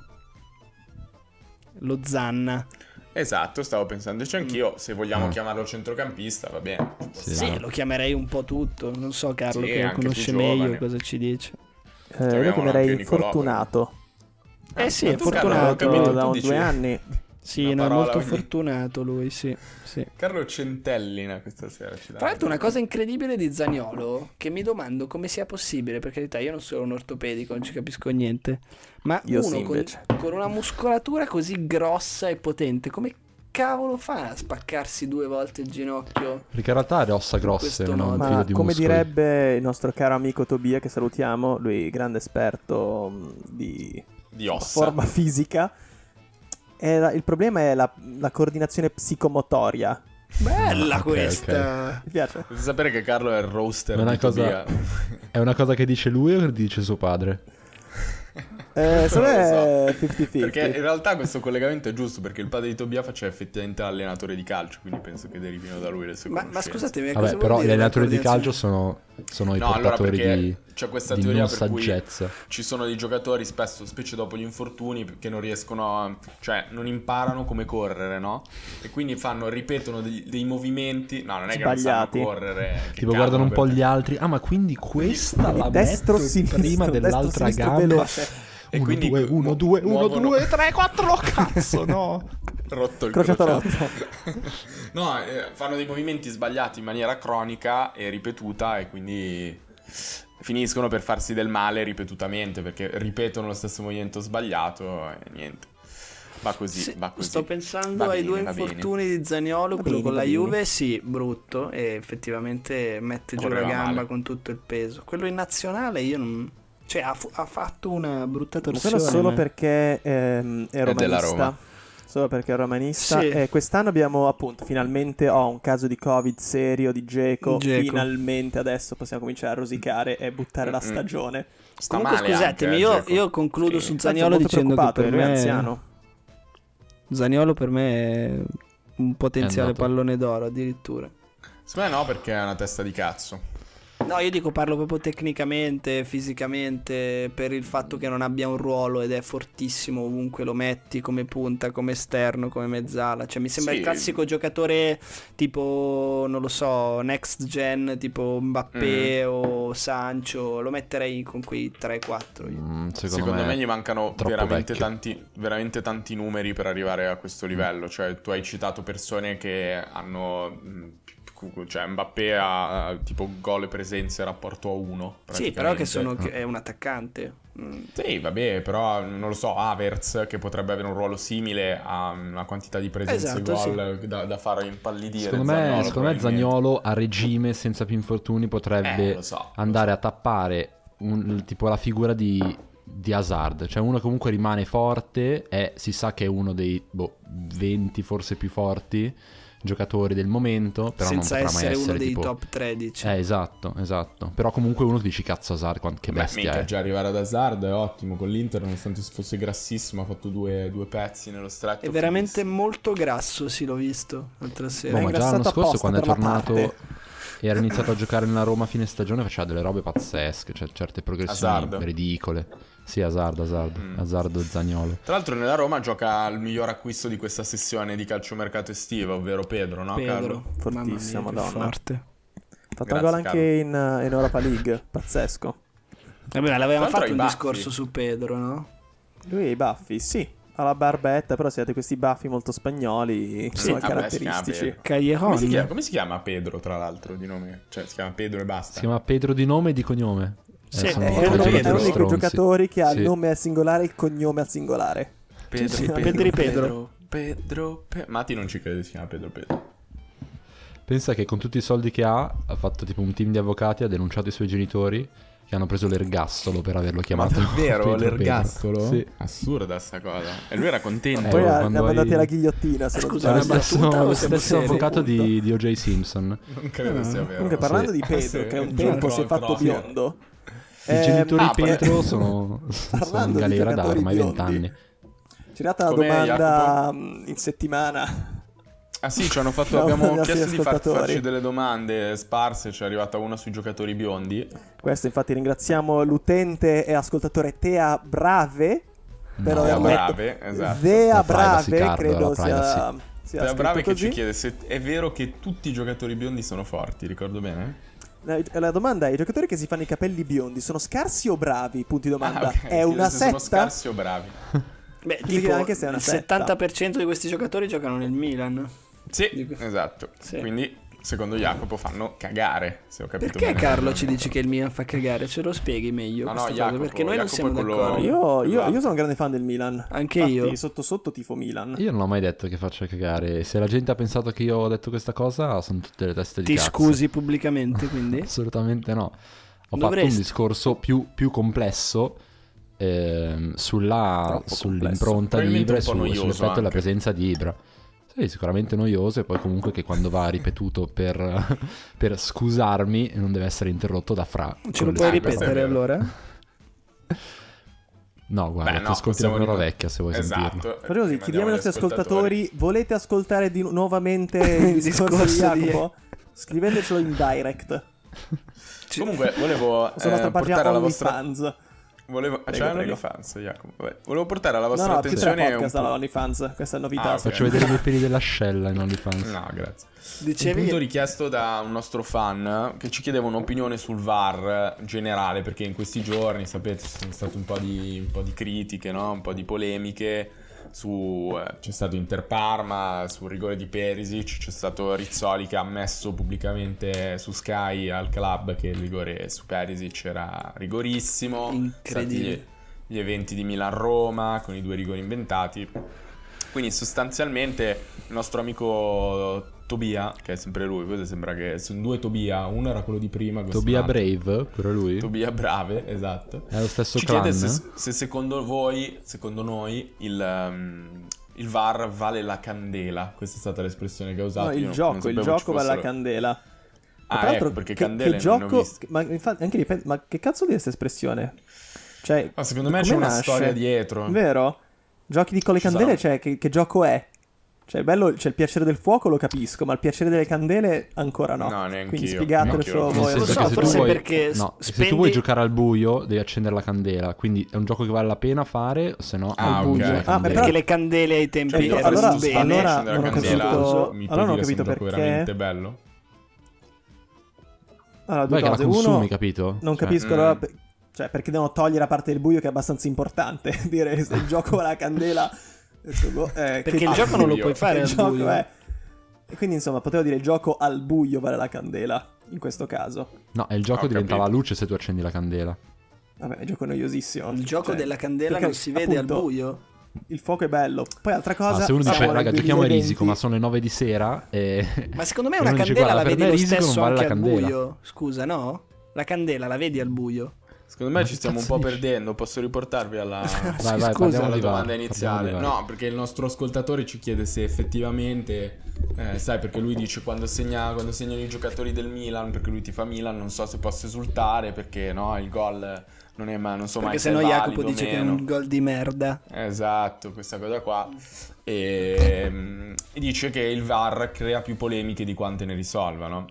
Lo Zanna. Esatto, stavo pensandoci anch'io, se vogliamo Mm. chiamarlo centrocampista va bene. ci può Sì. stare. Sì, lo chiamerei un po' tutto. Non so Carlo Sì, che lo anche conosce più meglio giovane. cosa ci dice. Eh, Chiamiamolo io chiamerei anche Nicolò. Fortunato. Eh sì, ma è tu, Carlo, fortunato. ho capito, da tu un dici- due anni. Sì, Una no, è parola molto ogni- fortunato lui, sì, sì. Carlo Centellina questa sera ci dà. Tra l'altro una cosa incredibile di Zaniolo, che mi domando come sia possibile, per carità io non sono un ortopedico, non ci capisco niente, ma Io uno sì, con, invece. con una muscolatura così grossa e potente, come cavolo fa a spaccarsi due volte il ginocchio? Perché in realtà ha le ossa grosse, questo non ha un modo. filo Ma di come muscoli. direbbe il nostro caro amico Tobia, che salutiamo, lui grande esperto mh, di Di ossa. forma fisica, era- il problema è la, la coordinazione psicomotoria. Bella ok, questa! Mi piace? Dovete sapere che Carlo è il roaster Ma è una di cosa- Tobia. È una cosa che dice lui o che dice suo padre? Eh, secondo Non lo so. me è cinquanta cinquanta. Perché in realtà questo collegamento è giusto, perché il padre di Tobia faceva effettivamente allenatore di calcio, quindi penso che derivino da lui le sue Ma, ma conoscenze. scusatemi, cosa Vabbè, vuol però gli dire allenatori di coordinazione? calcio sono, sono i No, allora portatori perché di, c'è questa di teoria non per cui saggezza. ci sono dei giocatori spesso, specie dopo gli infortuni, che non riescono a, cioè non imparano come correre, no? E quindi fanno, ripetono dei, dei movimenti, no, non è che non Sbagliati. sanno correre, che Tipo guardano un po' per- gli altri. Ah, ma quindi questa la Destro, metto sinistro, prima destro, dell'altra sinistro, gamba. veloce. E uno, quindi due, uno, due, uno, muovono- due, tre, quattro, no, cazzo, no. rotto il Crociato crociato. rotto. No, eh, fanno dei movimenti sbagliati in maniera cronica e ripetuta e quindi finiscono per farsi del male ripetutamente perché ripetono lo stesso movimento sbagliato e niente. Va così, Sì, va così. sto pensando Va ai bene, due va bene. infortuni di Zaniolo, Va quello bene, con va la bene. Juve, sì, brutto, e effettivamente mette giù la Correva gamba male. con tutto il peso. Quello in nazionale io non... Cioè, ha, fu- ha fatto una brutta Ma torsione. quello solo ma- perché ehm, è È della romanista. Roma. Solo perché è romanista. Sì. E quest'anno abbiamo appunto, finalmente ho un caso di Covid serio di Dzeko. Dzeko. Finalmente adesso possiamo cominciare a rosicare e buttare la Mm-mm. stagione. Sta Comunque male scusatemi, anche, io, eh, Dzeko. io concludo Sì. su Infatti Zaniolo sono molto dicendo che preoccupato, per lui è me anziano. Zaniolo per me è un potenziale andato. pallone d'oro addirittura. Secondo me no, perché è una testa di cazzo. No, io dico parlo proprio tecnicamente, fisicamente, per il fatto che non abbia un ruolo ed è fortissimo ovunque lo metti, come punta, come esterno, come mezzala. Cioè mi sembra Sì. il classico giocatore tipo, non lo so, next gen, tipo Mbappé o Sancho. Lo metterei con quei tre quattro io. Mm, secondo, Secondo me, me, gli mancano troppo veramente vecchio. tanti, veramente tanti numeri per arrivare a questo livello. Cioè, tu hai citato persone che hanno. mh, Cioè, Mbappé ha ha tipo gol e presenze in rapporto a uno. Sì, però che praticamente. sono che è un attaccante. Mm. Sì, vabbè, però non lo so, Havertz che potrebbe avere un ruolo simile ha una quantità di presenze e Esatto, gol da, da fare impallidire. Secondo me, Zaniolo, secondo me probabilmente. Zaniolo a regime, senza più infortuni, potrebbe Eh, lo so, lo andare a tappare un- tipo la figura di, di Hazard. Cioè uno che comunque rimane forte e si sa che è uno dei boh, venti forse più forti giocatori del momento, però Senza non potrà mai essere essere uno dei tipo... top tredici. Eh, esatto, esatto. Però comunque uno che dici cazzo Hazard, quant- che Beh, bestia minchia, è. già arrivare ad Hazard è ottimo. Con l'Inter, nonostante fosse grassissimo, ha fatto due, due pezzi nello stretto. È veramente fighissimo. molto grasso, sì, l'ho visto l'altra sera. Boh, ma già l'anno ingrassato scorso apposta quando è per la tornato parte. e era iniziato a giocare nella Roma a fine stagione faceva delle robe pazzesche, cioè certe progressioni Hazard. ridicole. Sì, Hazard, Hazard, Mm. Hazard e Zaniolo. Tra l'altro nella Roma gioca il miglior acquisto di questa sessione di calciomercato estivo, ovvero Pedro, no? Carlo? Pedro, Fortissimo, mamma mia, che Madonna. forte. Ha fatto Grazie, un gol anche Carlo. in, in Europa League. Pazzesco. Vabbè, ma l'avevamo Tra l'altro fatto i un baffi. discorso su Pedro, no? Lui ha i baffi, sì. Ha la barbetta, però siete questi baffi molto spagnoli. Sì, sono vabbè, si chiama caratteristici. Pedro. Callejon. Come si, chiama, come si chiama Pedro, tra l'altro, di nome? Cioè, si chiama Pedro e basta. Si chiama Pedro di nome e di cognome. Sì, Eh, sono è È Pedro uno, tutti è Pedro uno di quei stronzi. giocatori che ha il Sì. nome al singolare e il cognome al singolare. Pedro, Sì, sì, Pedro, Pedri Pedro. Pedro, Pedro, Pe- Matti non ci crede, si chiama Pedro Pedro. Pensa che con tutti i soldi che ha ha fatto tipo un team di avvocati, ha denunciato i suoi genitori che hanno preso l'ergastolo per averlo chiamato. Ma davvero, Pedro l'ergastolo? Pedro. Sì. Assurda sta cosa. E lui era contento. Eh, Poi oh, ha- quando ne ha mandati hai- alla ghigliottina. Se non Scusa, È sbaglio. lo una stesso, battuta o lo siamo stesso seri? avvocato di, di O J Simpson. Non credo sia vero. Comunque, parlando Sì. di Pedro, Sì, che un sì, tempo sì, si è fatto proprio. biondo. I ehm, genitori ah, di Pedro sono, sono parlando in di galera da giocatori ormai biondi. vent'anni. Ci è arrivata la Come domanda mh, in settimana. Ah sì, ci hanno fatto, No, abbiamo i nostri chiesto di far- ascoltatori. farci delle domande sparse, ci è arrivata una sui giocatori biondi. Questo, infatti, ringraziamo l'utente e ascoltatore Tea Brave. Per No, aver Tea letto- Brave, esatto. Tea La privacy Brave, card, credo la sia, privacy. sia Tea scritto Brave che così. ci chiede se è vero che tutti i giocatori biondi sono forti, ricordo bene? La, la domanda è: i giocatori che si fanno i capelli biondi sono scarsi o bravi? Punti domanda. Ah, ok, È chiede una se sono setta? scarsi o bravi. Beh, Ti tipo, anche se è una il setta. settanta per cento di questi giocatori giocano nel Milan. Sì, Dico- esatto. Sì. Quindi, secondo Jacopo, fanno cagare, se ho capito Perché bene. Carlo ci dici che il Milan fa cagare? Ce lo spieghi meglio No, no, questa cosa? Jacopo, Perché noi non Jacopo siamo è quello- d'accordo. Io, io- Esatto. io sono un grande fan del Milan. Anche Infatti, io. sotto sotto tifo Milan. Io non ho mai detto che faccia cagare. Se la gente ha pensato che io ho detto questa cosa, sono tutte le teste di Ti cazzo. scusi pubblicamente, quindi? Assolutamente no. Ho Dovresti. fatto un discorso più, più complesso ehm, sulla, Troppo sull'impronta di Probabilmente Ibra e un po' su- noioso sull'effetto della anche. presenza di Ibra. Sì, sicuramente noioso e poi comunque che quando va ripetuto per, per scusarmi non deve essere interrotto da Fra. Ce con lo le puoi sue questo è ripetere vero. allora? No, guarda, Beh, ti no, ascolti la possiamo loro dire- vecchia se vuoi sentirlo. Esatto. Facciamo così, Mandiamo chiediamo ai nostri agli ascoltatori: volete ascoltare di, nuovamente il Il discorso di discorso di- Jacopo? Scrivetecelo in direct. Comunque, volevo Sulla nostra eh, pagina portare alla vostra... OnlyFans. Volevo... Prego, C'è un prego. OnlyFans, Jacopo. Vabbè. Volevo portare alla No, vostra no, più tre attenzione podcast un alla pu- OnlyFans. Questa è novità. Ah, ok. Faccio vedere i miei peli dell'ascella in OnlyFans. No, grazie. Un Dicevi punto richiesto da un nostro fan che ci chiedeva un'opinione sul V A R generale, perché in questi giorni, sapete, ci sono state un po' di, un po' di critiche, no? Un po' di polemiche su, eh, c'è stato Inter Parma, sul rigore di Perisic, c'è stato Rizzoli che ha ammesso pubblicamente su Sky al club che il rigore su Perisic era rigorissimo. Incredibile. Gli, gli eventi di Milan-Roma con i due rigori inventati. Quindi sostanzialmente il nostro amico Tobia, che è sempre lui, questo sembra che sono due Tobia, uno era quello di prima, Tobia Brave, però lui. Tobia Brave, esatto. È lo stesso Ci clan. chiede se, se secondo voi, secondo noi, il, um, il V A R vale la candela. Questa è stata l'espressione che ha usato. No, il Io non- gioco, non il sapevo ci gioco vale la fossero- candela. Ah, Tra l'altro, ecco, perché che, candele che non ne ho gioco, viste. ma infatti anche lì, ma che cazzo di questa espressione? Cioè, Ma secondo me come c'è una nasce? storia dietro. Vero? Giochi di con le Ci candele, sarà- cioè, che, che gioco è? Cioè, bello, c'è il piacere del fuoco, lo capisco, ma il piacere delle candele ancora no. No, neanch'io, Quindi spiegatelo neanch'io. solo Nel voi. Nel Lo senso so, che se tu forse vuoi- perché no, s- se tu vuoi spendi- giocare al buio devi accendere la candela, quindi è un gioco che vale la pena fare, se no Ah, al buio ok. la Ah, candela. però- Perché le candele ai tempi Cioè, erano allora- bene. allora accendere non la ho candela, capito- mi allora non ho dire, capito sembra perché. veramente bello. Allora, due Beh, che la cose. consumi, Uno, capito? non Cioè, capisco mm. allora pe- cioè, perché devono togliere la parte del buio che è abbastanza importante. Dire se il gioco vale la candela. Detto, boh, eh, Perché che- il gioco non lo buio. puoi fare il al gioco buio. è. E quindi insomma potevo dire il gioco al buio vale la candela in questo caso. No, e il gioco Ho diventa capito. la luce se tu accendi la candela. Vabbè, è un gioco noiosissimo. Il gioco Cioè, della candela perché, non si vede appunto, al buio. Il fuoco è bello. Poi altra cosa. Ah, se uno dice, siamo nel raga, giochiamo a duemilaventi. risico, ma sono le nove di sera e... Ma secondo me e una uno dice, candela "Guarda, la per vedi me lo risico non stesso vale anche la al candela." buio. Scusa, no? La candela la vedi al buio. Secondo me Ma ci che stiamo un cazzo po' dici? perdendo. Posso riportarvi alla, Vai, vai, Scusa, parliamo alla di V A R, domanda parliamo iniziale? di V A R. No, perché il nostro ascoltatore ci chiede se effettivamente, eh, sai, perché lui dice quando, segna, quando segnano i giocatori del Milan, perché lui tifa Milan, non so se posso esultare perché no, il gol non è ma non so Perché mai se sennò è Jacopo valido o dice che è meno. un gol di merda. Esatto, questa cosa qua. E, mm, e dice che il V A R crea più polemiche di quante ne risolvano.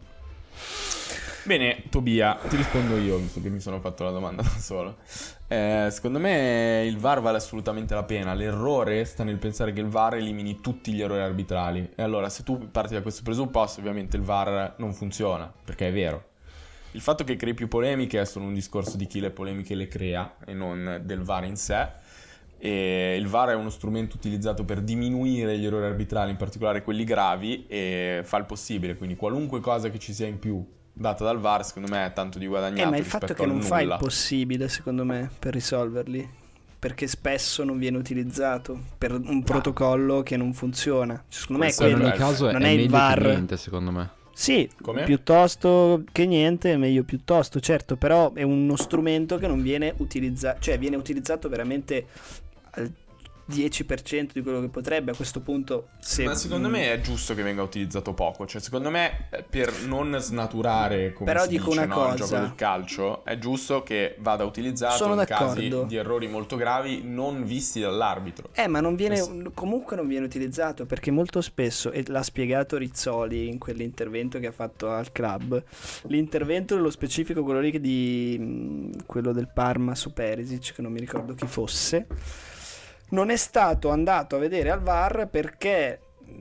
Bene, Tobia, ti rispondo io, visto che mi sono fatto la domanda da solo. Eh, secondo me il V A R vale assolutamente la pena. L'errore sta nel pensare che il V A R elimini tutti gli errori arbitrali. E allora, se tu parti da questo presupposto, ovviamente il V A R non funziona, perché è vero. Il fatto che crei più polemiche è solo un discorso di chi le polemiche le crea e non del V A R in sé. E il V A R è uno strumento utilizzato per diminuire gli errori arbitrali, in particolare quelli gravi, e fa il possibile. Quindi qualunque cosa che ci sia in più data dal V A R, secondo me è tanto di guadagnato Eh, ma il rispetto fatto che al non fa il nulla. possibile, secondo me, per risolverli. Perché spesso non viene utilizzato per un protocollo che non funziona. Secondo me è Questo è in quello. ogni caso non è è il meglio V A che R. niente, secondo me. Sì, Come? piuttosto che niente è meglio piuttosto, certo, però è uno strumento che non viene utilizzato, cioè viene utilizzato veramente al dieci per cento di quello che potrebbe a questo punto. Se... Ma secondo me è giusto che venga utilizzato poco. Cioè, secondo me, eh, per non snaturare, come Però si dico dice, una no, il cosa. gioco del calcio, è giusto che vada utilizzato Sono in casi d'accordo. di errori molto gravi non visti dall'arbitro. Eh, ma non viene, Eh comunque non viene utilizzato perché molto spesso, e l'ha spiegato Rizzoli in quell'intervento che ha fatto al club, l'intervento nello specifico, quello lì che di mh, quello del Parma su Perisic, che non mi ricordo chi fosse, non è stato andato a vedere al V A R perché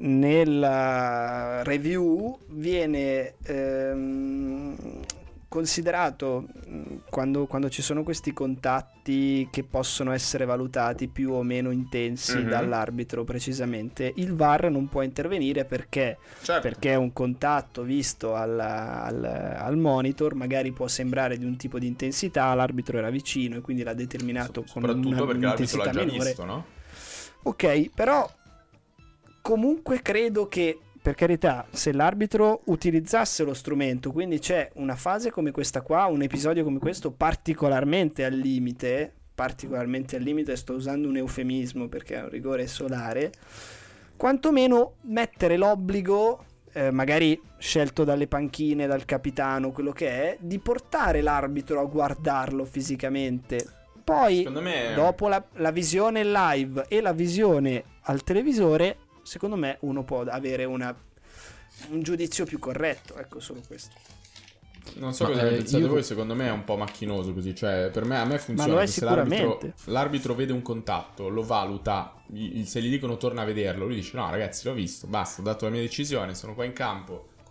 nella review viene ehm, considerato mh, quando, quando ci sono questi contatti che possono essere valutati più o meno intensi Mhm. dall'arbitro precisamente, il V A R non può intervenire perché Certo. perché un contatto visto al, al, al monitor magari può sembrare di un tipo di intensità, l'arbitro era vicino e quindi l'ha determinato con Soprattutto una, perché l'arbitro l'ha un'intensità già minore. visto, no? Ok, però comunque credo che, per carità, se l'arbitro utilizzasse lo strumento, quindi c'è una fase come questa qua, un episodio come questo particolarmente al limite, particolarmente al limite, sto usando un eufemismo perché è un rigore solare, quantomeno mettere l'obbligo, eh, magari scelto dalle panchine, dal capitano, quello che è, di portare l'arbitro a guardarlo fisicamente. Poi, Secondo me- dopo la, la visione live e la visione al televisore, secondo me uno può avere una, un giudizio più corretto. Ecco, solo questo. Non so Ma, cosa ne eh, pensate io- voi, secondo me è un po' macchinoso così, cioè per me, a me Ma funziona lo è che se l'arbitro, sicuramente. l'arbitro vede un contatto, lo valuta, gli- se gli dicono torna a vederlo, lui dice no ragazzi l'ho visto, basta, ho dato la mia decisione, sono qua in campo,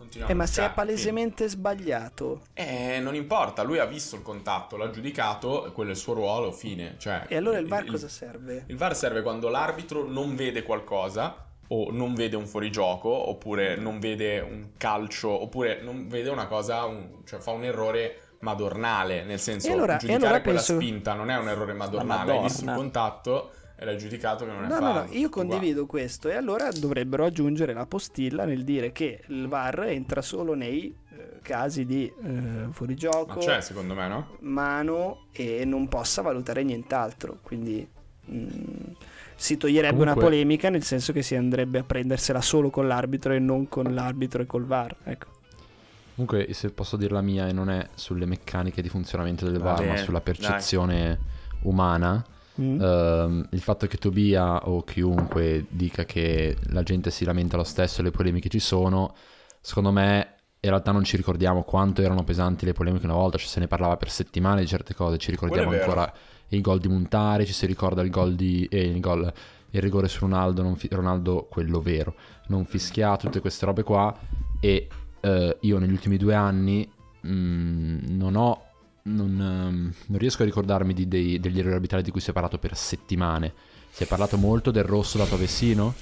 continuiamo Eh, ma a se è giocare, palesemente sbagliato, quindi- Eh, non importa, lui ha visto il contatto, l'ha giudicato, e quello è il suo ruolo, fine. Cioè, e allora il V A R cosa serve? Il V A R serve quando l'arbitro non vede qualcosa, o non vede un fuorigioco, oppure non vede un calcio, oppure non vede una cosa, un- cioè fa un errore madornale, nel senso, E allora- e giudicare allora quella penso- spinta non è un errore madornale, hai visto il Madonna. contatto e l'hai giudicato che non è No, no, fallo. no, io Tutto condivido questo e allora dovrebbero aggiungere la postilla nel dire che il V A R entra solo nei eh, casi di eh, qua. fuorigioco, Ma c'è, secondo me, no? mano e non possa valutare nient'altro, quindi mm, si toglierebbe una Comunque- polemica, nel senso che si andrebbe a prendersela solo con l'arbitro e non con l'arbitro e col V A R, ecco. Comunque, se posso dire la mia, e non è sulle meccaniche di funzionamento del V A R, Va ma bene, sulla dai. percezione umana. Mm. Ehm, il fatto che Tobia o chiunque dica che la gente si lamenta lo stesso e le polemiche ci sono, secondo me in realtà non ci ricordiamo quanto erano pesanti le polemiche una volta, cioè se ne parlava per settimane di certe cose, ci ricordiamo Quello è vero. ancora i gol di Montari, ci si ricorda il gol di eh, il gol il rigore su Ronaldo, non fi- Ronaldo quello vero, non fischiato, tutte queste robe qua. E eh, io negli ultimi due anni mh, non ho Non, ehm, non riesco a ricordarmi di dei- degli errori arbitrali di cui si è parlato per settimane. Si è parlato molto del rosso dato a Vessino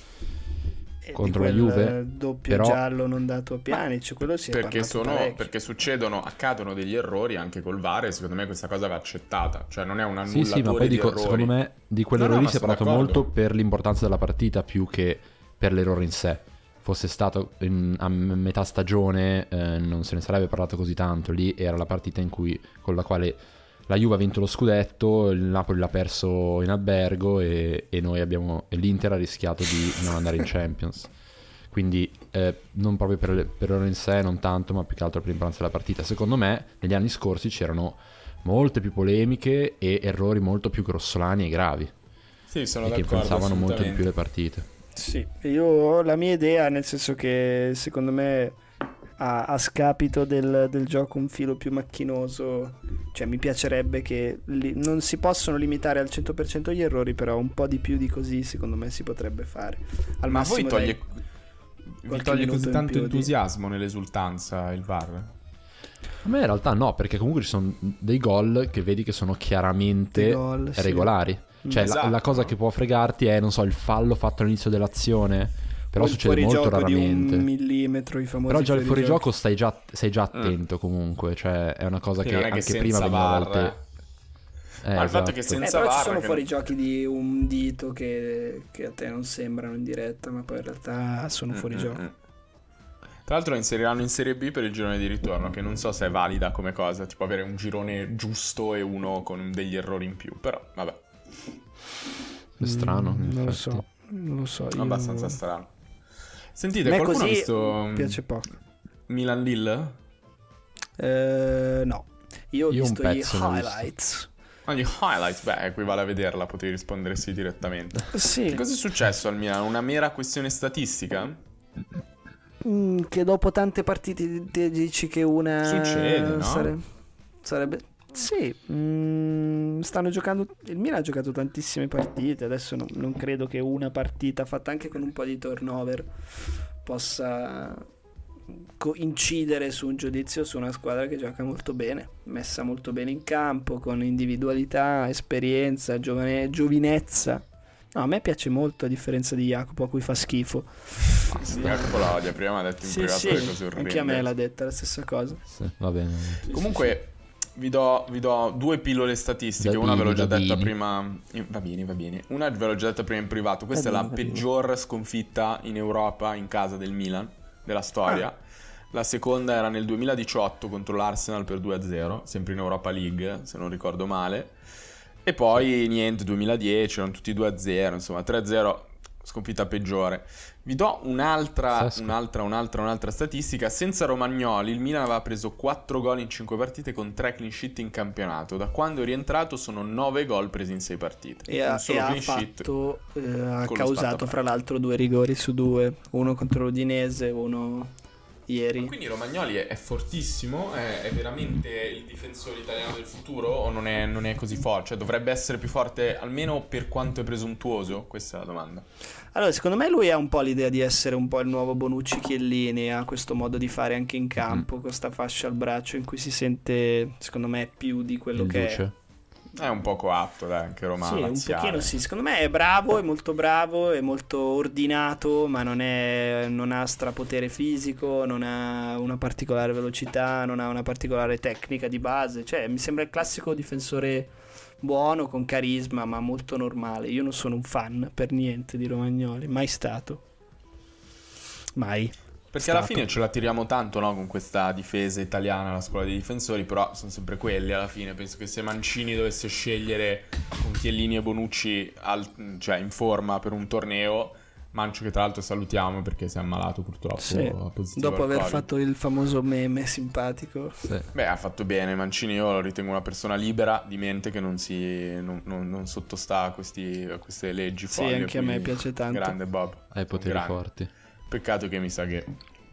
E contro di la quel, Juve, eh, doppio però- giallo non dato a Pjanic, quello si è Perché, parlato sono, parecchio. perché succedono, accadono degli errori anche col V A R, e secondo me questa cosa va accettata. Cioè non è un Sì, annullatore sì, ma poi di dico, errori. secondo me di No, quell'errore no, lì ma si è sono parlato d'accordo. molto per l'importanza della partita più che per l'errore in sé. Fosse stato in- a m- metà stagione eh, non se ne sarebbe parlato così tanto. Lì era la partita in cui, con la quale la Juve ha vinto lo scudetto, il Napoli l'ha perso in albergo e, e noi abbiamo e l'Inter ha rischiato di non andare in Champions. Quindi eh, non proprio per, per l'errore in sé, non tanto, ma più che altro per l'importanza della partita. Secondo me negli anni scorsi c'erano molte più polemiche e errori molto più grossolani e gravi, Sì, sono e che d'accordo, influenzavano molto di assolutamente. più le partite. Sì, io ho la mia idea, nel senso che secondo me a, a scapito del, del gioco un filo più macchinoso, cioè mi piacerebbe che li- non si possono limitare al cento per cento gli errori, però un po' di più di così secondo me si potrebbe fare. Al Ma voi massimo toglie, dai, vi qualche toglie minuto così in tanto più di- entusiasmo nell'esultanza il V A R? A me in realtà no, perché comunque ci sono dei gol che vedi che sono chiaramente Dei gol, sì. regolari. Cioè la- Esatto. la, cosa che può fregarti è, non so, il fallo fatto all'inizio dell'azione, però o il succede molto fuorigioco di raramente. un millimetro, i famosi Però già il fuorigiochi. fuorigioco stai già, sei già attento comunque, cioè è una cosa Sì, che non è che anche senza prima veniva a V A R, volte... Eh, Ma il fatto è che esatto. Eh, senza però V A ci R sono che- fuorigiochi di un dito che, che a te non sembrano in diretta, ma poi in realtà sono fuorigioco. Mm, mm, mm. Tra l'altro lo inseriranno in Serie B per il girone di ritorno, che non so se è valida come cosa, tipo avere un girone giusto e uno con degli errori in più, però vabbè, È strano, in Mm, non lo effetti. so, non lo so. Io... abbastanza strano. Sentite, A me qualcuno così ha visto mm, piace poco. Milan-Lille? Eh, no, io ho Io un visto i pezzo ne ho visto. highlights. Ah, gli highlights, beh, equivale a vederla, potevi rispondere sì direttamente. Sì, Che cosa è successo al Milan? Una mera questione statistica? mm, che dopo tante partite ti dici che una Succede, no? sare- sarebbe sì, mm, stanno giocando. Il Milan ha giocato tantissime partite. Adesso non, non credo che una partita fatta anche con un po' di turnover possa co- incidere su un giudizio su una squadra che gioca molto bene, messa molto bene in campo, con individualità, esperienza, giovane- giovinezza. No, a me piace molto, a differenza di Jacopo, a cui fa schifo. Jacopo la odia, prima ha detto in Sì, privato sì, le cose orrende. anche a me l'ha detta la stessa cosa. Sì, va bene. Comunque vi do, vi do due pillole statistiche. Va Una ve l'ho bene, già va detta bene. prima. in- Va bene, va bene. Una ve l'ho già detta prima in privato. Questa Va è bene, la va bene. peggior sconfitta in Europa in casa del Milan della storia. Ah. La seconda era nel duemiladiciotto contro l'Arsenal per due a zero, sempre in Europa League, se non ricordo male. E poi niente, duemiladieci, erano tutti due a zero, insomma tre a zero, sconfitta peggiore. Vi do un'altra, Pazzesco. un'altra, un'altra, un'altra statistica. Senza Romagnoli il Milan aveva preso quattro gol in cinque partite con tre clean sheet in campionato. Da quando è rientrato sono nove gol presi in sei partite. E ha, Un solo e ha clean sheet. fatto eh, ha con lo causato spattapalle. fra l'altro due rigori su due, uno contro l'Udinese, uno ieri. Quindi Romagnoli è, è fortissimo, è, è veramente il difensore italiano del futuro o non è, non è così forte? Cioè dovrebbe essere più forte almeno per quanto è presuntuoso? Questa è la domanda. Allora, secondo me lui ha un po' l'idea di essere un po' il nuovo Bonucci Chiellini, ha questo modo di fare anche in campo, mm. questa fascia al braccio in cui si sente, secondo me, più di quello il che duce. è. È un po' coatto, dai, anche Romano. Sì, laziale. un pochino sì. Secondo me è bravo, è molto bravo, è molto ordinato, ma non, è, non ha strapotere fisico, non ha una particolare velocità, non ha una particolare tecnica di base. Cioè, mi sembra il classico difensore buono, con carisma, ma molto normale. Io non sono un fan per niente di Romagnoli, mai stato. Mai. Perché alla fine ce la tiriamo tanto, no, con questa difesa italiana, la scuola dei difensori, però sono sempre quelli alla fine. Penso che se Mancini dovesse scegliere con Chiellini e Bonucci al, cioè in forma per un torneo, Mancio che tra l'altro salutiamo perché si è ammalato purtroppo, sì, dopo aver Covid. fatto il famoso meme simpatico. Sì. Beh, ha fatto bene. Mancini io lo ritengo una persona libera di mente che non si non, non, non sottostà a, questi, a queste leggi sì, folli. Anche a me piace tanto. Grande Bob. Hai poteri grande. forti. Peccato che mi sa che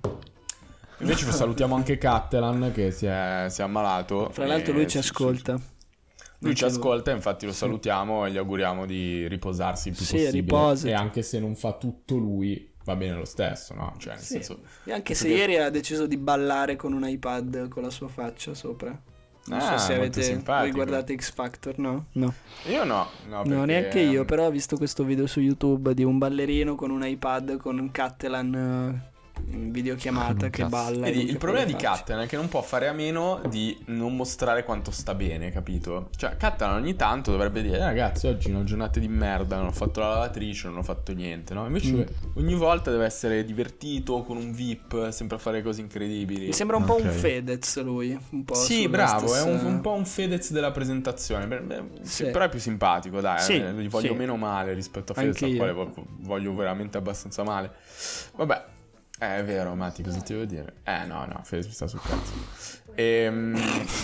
invece salutiamo anche Cattelan che si è, si è ammalato. Fra l'altro lui ci ascolta. Lui ci ascolta, infatti lo salutiamo e gli auguriamo di riposarsi il più sì, possibile. riposati. E anche se non fa tutto lui, va bene lo stesso, no? Cioè, nel sì. senso... E anche se perché... ieri ha deciso di ballare con un iPad con la sua faccia sopra. Non ah, so se avete voi guardate X Factor, no? No. Io no. No, perché... no, neanche io, però ho visto questo video su YouTube di un ballerino con un iPad con un Cattelan in videochiamata che balla. Vedi, il problema di Cattelan è che non può fare a meno di non mostrare quanto sta bene, capito? Cioè Cattelan ogni tanto dovrebbe dire eh, ragazzi oggi una giornata di merda, non ho fatto la lavatrice, non ho fatto niente, no? Invece mm. ogni volta deve essere divertito con un V I P, sempre a fare cose incredibili. Mi sembra un okay. po' un Fedez lui, un po'. Sì, bravo, stessa... è un, un po' un Fedez della presentazione. Beh, sì. Però è più simpatico, dai, sì, eh, gli voglio sì. meno male rispetto a Fedez, al quale voglio veramente abbastanza male. Vabbè. Eh, è vero, Matti, cosa ti devo dire? Eh, no, no, Fede mi sta sul cazzo. Ehm...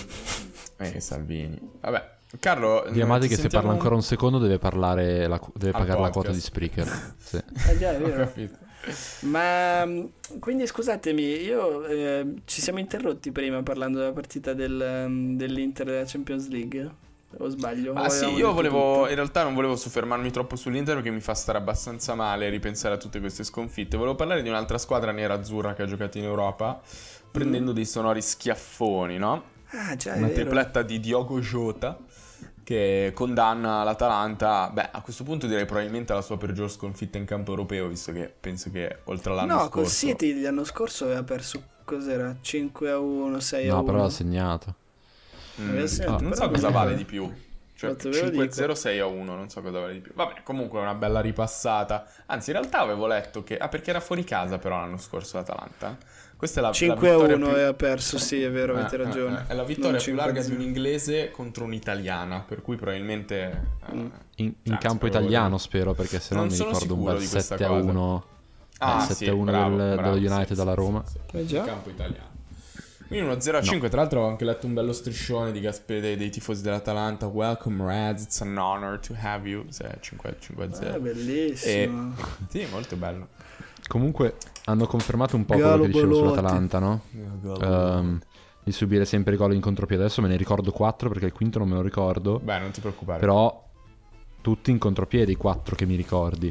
Eh, Salvini. Vabbè, Carlo... Di Amati che se parla ancora un secondo deve parlare, la, deve pagare podcast. la quota di Spreaker. Sì. Eh già, è vero. Ho capito. Ma quindi scusatemi, io eh, ci siamo interrotti prima parlando della partita del, dell'Inter della Champions League. O sbaglio? Ah sì, io volevo tutto. In realtà non volevo soffermarmi troppo sull'Inter perché mi fa stare abbastanza male ripensare a tutte queste sconfitte. Volevo parlare di un'altra squadra nera-azzurra che ha giocato in Europa prendendo mm. dei sonori schiaffoni, no? Ah, già, una è vero. tripletta di Diogo Jota che condanna l'Atalanta. Beh, a questo punto direi probabilmente la sua peggior sconfitta in campo europeo, visto che penso che oltre all'anno no, scorso... No, col City l'anno scorso aveva perso, cos'era? cinque a uno, sei a uno. No, però l'ha segnato. Mm, ah, non so cosa vale di più, cioè cinque a zero, sei a uno, non so cosa vale di più. Vabbè, comunque è una bella ripassata. Anzi, in realtà avevo letto che ah, perché era fuori casa però l'anno scorso l'Atalanta. Questa è la, cinque la vittoria a uno più... aveva perso, sì, è vero, avete eh, ragione. Eh, è la vittoria più larga di un inglese contro un'italiana, per cui probabilmente mm. eh, in, in campo italiano dire. Spero, perché se no mi ricordo un bel sette a uno. Ah, eh, sì, sette a uno bravo, del, bravo, dello United sì, alla Roma. Sì, sì, eh, già. In campo italiano. Quindi uno zero a cinque, no. Tra l'altro ho anche letto un bello striscione di Gasperi dei, dei tifosi dell'Atalanta. Welcome Reds, it's an honor to have you. cinque a zero. Ah, bellissimo. E... sì, molto bello. Comunque hanno confermato un po' Galo quello che dicevo Bolotti. sull'Atalanta, no? Um, di subire sempre i gol in contropiede. Adesso me ne ricordo quattro perché il quinto non me lo ricordo. Beh, non ti preoccupare. Però tutti in contropiede, i quattro che mi ricordi.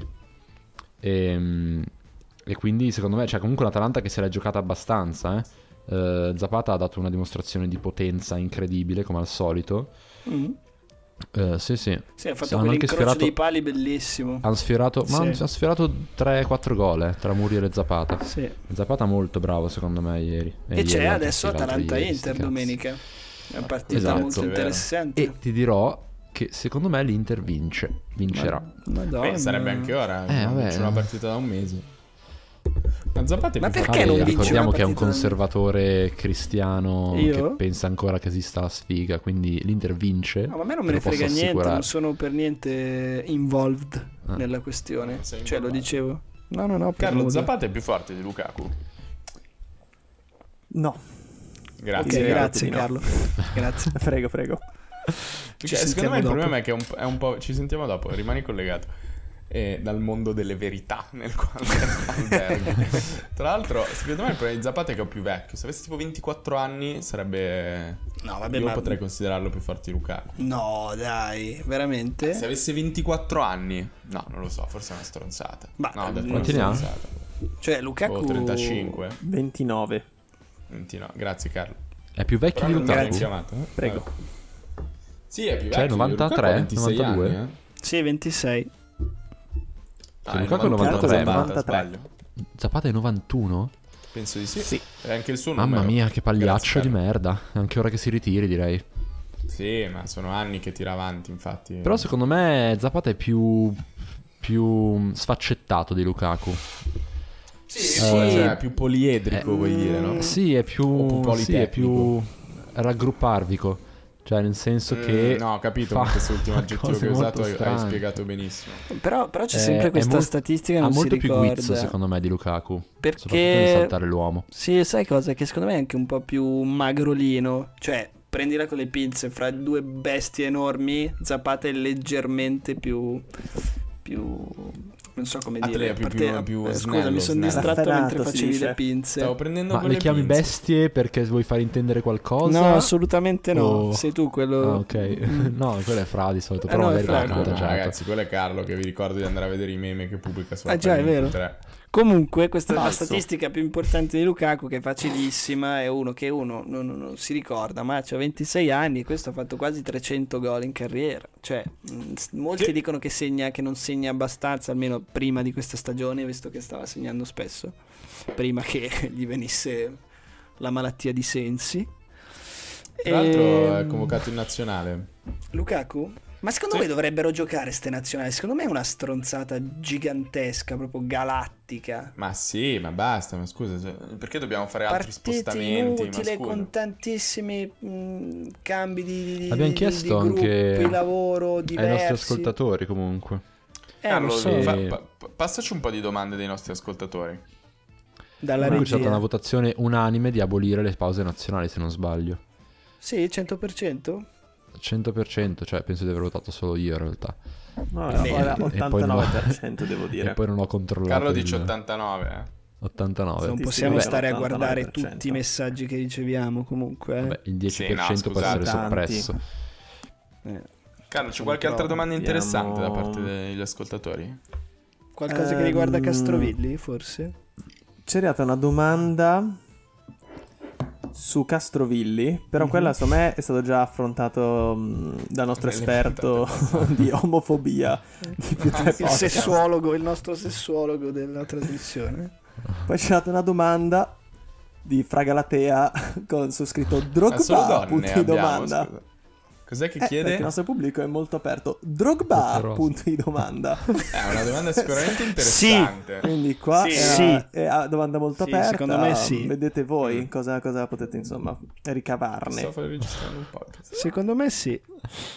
E, e quindi secondo me, cioè comunque l'Atalanta che se l'è giocata abbastanza, eh. Uh, Zapata ha dato una dimostrazione di potenza incredibile come al solito. Mm. Uh, sì, sì. Sì, ha fatto quell'incrocio sfiorato... dei pali bellissimo. Hanno sfiorato, sì. ma ha sfiorato tre quattro gol eh, tra Muriel e Zapata. Sì. Zapata molto bravo secondo me ieri. E, e c'è ieri adesso Atalanta-Inter domenica. È una partita esatto, molto interessante. E ti dirò che secondo me l'Inter vince. Vincerà. Madonna. Beh, sarebbe anche ora. Eh, vabbè. C'è una partita da un mese. Ma Zapata è Ma più perché ah, non beh, vince ricordiamo una che è un partita conservatore cristiano Io? che pensa ancora che esista la sfiga, quindi l'Inter vince. No, ma a me non me ne frega niente, non sono per niente involved ah. nella questione. Cioè, lo dicevo. No, no, no. Carlo, Zapata è più forte di Lukaku? No. Grazie, okay, grazie Carlo. Grazie. Prego, prego. Perché, secondo me il dopo. problema è che è un, è un po'... Ci sentiamo dopo, rimani collegato. e dal mondo delle verità nel quale alberghi. Tra l'altro, secondo me il problema di Zapata è che è più vecchio. Se avessi tipo ventiquattro anni sarebbe... No, vabbè, Io ma... potrei considerarlo più forte di Lukaku. No, dai, veramente? Se avesse ventiquattro anni... No, non lo so, forse è una stronzata. Ma- No, ho detto Quanti una ne ha? stronzata. Cioè, Lukaku... Oh, trentacinque. ventinove. ventinove. Grazie Carlo. È più vecchio Però di non mi hai Lukaku? chiamato, eh? Prego. Vabbè. Sì, è più Cioè, vecchio. novantatré, Lukaku ha ventisei novantadue? anni, eh? Sì, ventisei. Sì, Lukaku è novantatré, Zapata, novantatré. sbaglio? Zapata è novantuno? Penso di sì. Sì. E anche il suo numero. Mamma mia, che pagliaccio Grazie, di Carlo. merda. È anche ora che si ritiri, direi. Sì, ma sono anni che tira avanti, infatti. Però secondo me Zapata è più più sfaccettato di Lukaku. Sì, Sì. cioè, più poliedrico, Eh, vuoi dire, no? Sì, è più O più sì, è più politecnico. raggrupparvico. Cioè, nel senso che Mm, no, ho capito, fa ma quest'ultimo aggettivo cose che hai usato molto hai, hai strane. spiegato benissimo. Però, però c'è Eh, sempre è questa mol- statistica che ha non si molto più ricorda. guizzo, secondo me, di Lukaku. Perché- Soprattutto nel saltare l'uomo. Sì, sai cosa? Che secondo me è anche un po' più magrolino. Cioè, prendila con le pinze, fra due bestie enormi, Zapata è leggermente più... più... non so come dire. Atleta, a più- parte- più eh, snello, scusa, mi sono snello. distratto Raffinato, mentre si facevi dice. le pinze. Stavo prendendo Ma con le le chiami pinze. bestie perché vuoi far intendere qualcosa? No, assolutamente no. O- Sei tu quello... Ah, ok. No, quello è Fra di solito, Eh, però no, magari è l'ha Fra. No, no, contagiato. ragazzi, quello è Carlo che vi ricordo di andare a vedere i meme che pubblica su Ah, già, è vero. tre. Comunque, questa è la Falso. statistica più importante di Lukaku, che è facilissima, è uno che uno non, non- non si ricorda, ma ha ventisei anni e questo ha fatto quasi trecento gol in carriera. Cioè, mh, s- molti Sì. dicono che segna, che non segna abbastanza, almeno prima di questa stagione, visto che stava segnando spesso, prima che gli venisse la malattia di Sensi. Tra l'altro è Ehm, convocato in nazionale. Lukaku? Ma secondo Sì. me dovrebbero giocare ste nazionali. Secondo me è una stronzata gigantesca, proprio galattica. Ma sì, ma basta, ma scusa, cioè, perché dobbiamo fare altri Partite spostamenti? Ma inutile scusa. con tantissimi mh, cambi di, di, Abbiamo di- chiesto di gruppi, anche lavoro ai diversi. nostri ascoltatori, comunque. Eh, Carlo, lo so, fa- E- pa- pa- passaci un po' di domande dei nostri ascoltatori. dalla Comunque c'è stata una regia. votazione unanime di abolire le pause nazionali, se non sbaglio. Sì, cento per cento? cento per cento, cioè penso di aver votato solo io in realtà. No, Bene. era E poi ottantanove per cento devo E dire. poi non ho controllato. Carlo il- dice ottantanove, eh. ottantanove. Non Sì, possiamo sì, stare a vabbè, guardare l'ottantanove per cento. tutti i messaggi che riceviamo comunque. eh. Vabbè, il dieci per cento Sì, no, può essere scusate. soppresso. Eh. Carlo, c'è qualche altra domanda Vediamo. interessante da parte degli ascoltatori? Qualcosa che riguarda Ehm, Castrovilli, forse? C'è arrivata una domanda su Castrovilli, però Mhm. quella secondo me è stato già affrontato mh, dal nostro Nelle esperto puntate di omofobia di più tre Il podcast. sessuologo, il nostro sessuologo della trasmissione. Poi c'è stata una domanda di Fragalatea con su scritto Ma solo Drogba, donne punto di abbiamo, domanda. scusa. Cos'è che Eh, chiede? perché il nostro pubblico è molto aperto. Drogba, Rosa. punto di domanda. È una domanda sicuramente interessante. Quindi qua Sì. è, una, Sì. è una domanda molto Sì, aperta. secondo me sì. Vedete voi Mm. cosa, cosa potete insomma ricavarne. Sto registrando un podcast. Secondo me sì. Eh,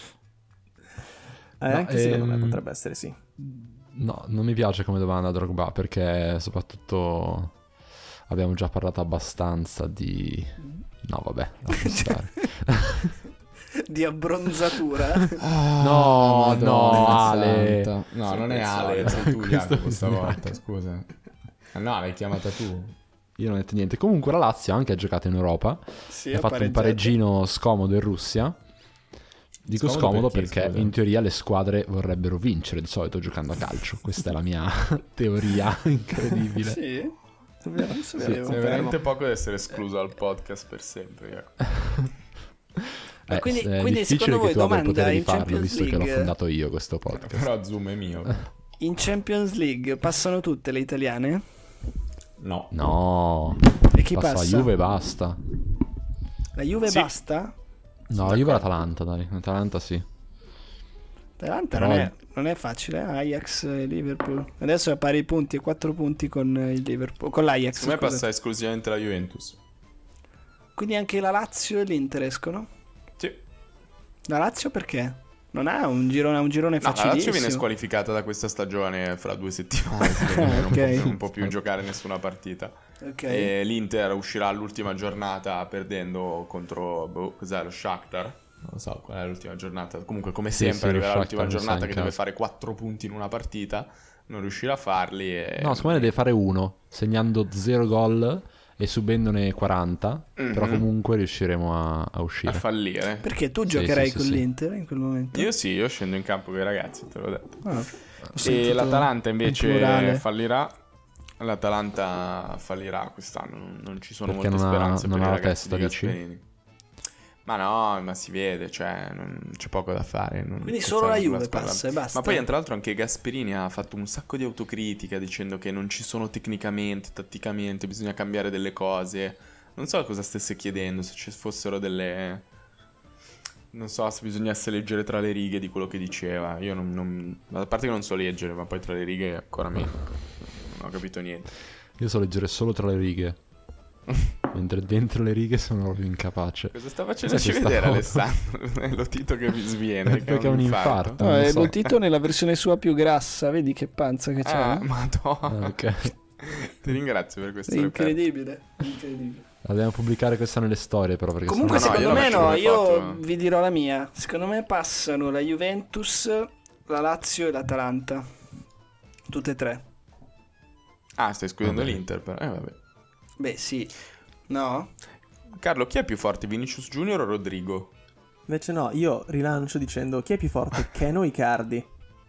No, anche secondo me ehm, potrebbe essere sì. No, non mi piace come domanda Drogba perché soprattutto abbiamo già parlato abbastanza di... No, vabbè, lascia stare. Di abbronzatura. No, Madonna no, Ale. santa. No, Sempre non è il Ale, solito. sei tu Questo Jacopo questa bisogna- volta, scusa. Ah, no, l'hai chiamata tu. Io non ho detto niente. Comunque la Lazio anche ha giocato in Europa. Sì, ha fatto un pareggino scomodo in Russia. Dico Scomodo scomodo per chi, perché scusa? in teoria le squadre vorrebbero vincere di solito giocando a calcio. Questa è la mia teoria incredibile. Sì. Non sapevo. Sei confermo. veramente poco ad essere escluso dal podcast per sempre, Jacopo. Ma Eh, quindi- è quindi difficile secondo voi che tu abbia il domanda potere di in farlo, Champions visto che l'ho League? fondato io questo podcast. Però Zoom è mio. In Champions League passano tutte le italiane? No. No, E chi passa, passa? la Juve e basta. La Juve Sì. basta? No, la Juve e l'Atalanta, dai. L'Atalanta sì. L'Atalanta Però- non, è, non è facile, eh? Ajax e Liverpool. Adesso è a pari punti e quattro punti con il Liverpool, con l'Ajax. Secondo me scusa. passa esclusivamente la Juventus. Quindi anche la Lazio e l'Inter escono? Sì. La Lazio perché? Non ha un girone, un girone No, la facilissimo. Lazio viene squalificata da questa stagione fra due settimane, secondo me non, Ok. può, non può più giocare nessuna partita. Ok. E l'Inter uscirà all'ultima giornata perdendo contro, boh, cos'è, lo Shakhtar? non lo so qual è l'ultima giornata, comunque come Sì, sempre sì, arriverà lo l'ultima Shakhtar giornata sa in che deve casa. fare quattro punti in una partita, non riuscirà a farli e... No, secondo me ne deve fare uno, segnando zero gol e subendone quaranta, Mhm. però comunque riusciremo a, a a uscire. fallire. Perché tu Sì, giocherai sì, sì, con sì. l'Inter in quel momento? Io sì, io scendo in campo con i ragazzi, te l'ho detto. Ah, ho E sentito l'Atalanta in invece plurale. fallirà. L'Atalanta fallirà quest'anno, non- non ci sono Perché molte non ha- speranze non per ha i la ragazzi testa, di dici? Gasperini. Ma no, ma si vede, cioè non c'è poco da fare. non Quindi scherzare solo la sulla Juve squadra. passa e basta. Ma poi tra l'altro anche Gasperini ha fatto un sacco di autocritica dicendo che non ci sono tecnicamente, tatticamente, bisogna cambiare delle cose. Non so cosa stesse chiedendo, se ci fossero delle... Non so se bisognasse leggere tra le righe di quello che diceva. Io non, non... A parte che non so leggere, ma poi tra le righe è ancora meno. Non ho capito niente. Io so leggere solo tra le righe, mentre dentro le righe sono proprio incapace. Cosa sta facendoci Cos'è questa vedere foto? Alessandro? È lo Tito che vi sviene. Perché che è un infarto. No, non lo è so. Bottito nella versione sua più grassa, vedi che panza che c'ha? Ah, madonna. Ah, ok. Ti ringrazio per questo È reperto. incredibile, incredibile. La dobbiamo pubblicare questa nelle storie però perché Comunque no, no, secondo io la me faccio no, come io foto. vi dirò la mia. Secondo me passano la Juventus, la Lazio e l'Atalanta. Tutte e tre. Ah, stai escludendo Vabbè. l'Inter però. Eh, vabbè. Beh, sì. No? Carlo, chi è più forte, Vinicius Junior o Rodrigo? Invece no, io rilancio dicendo chi è più forte, Ken o Icardi?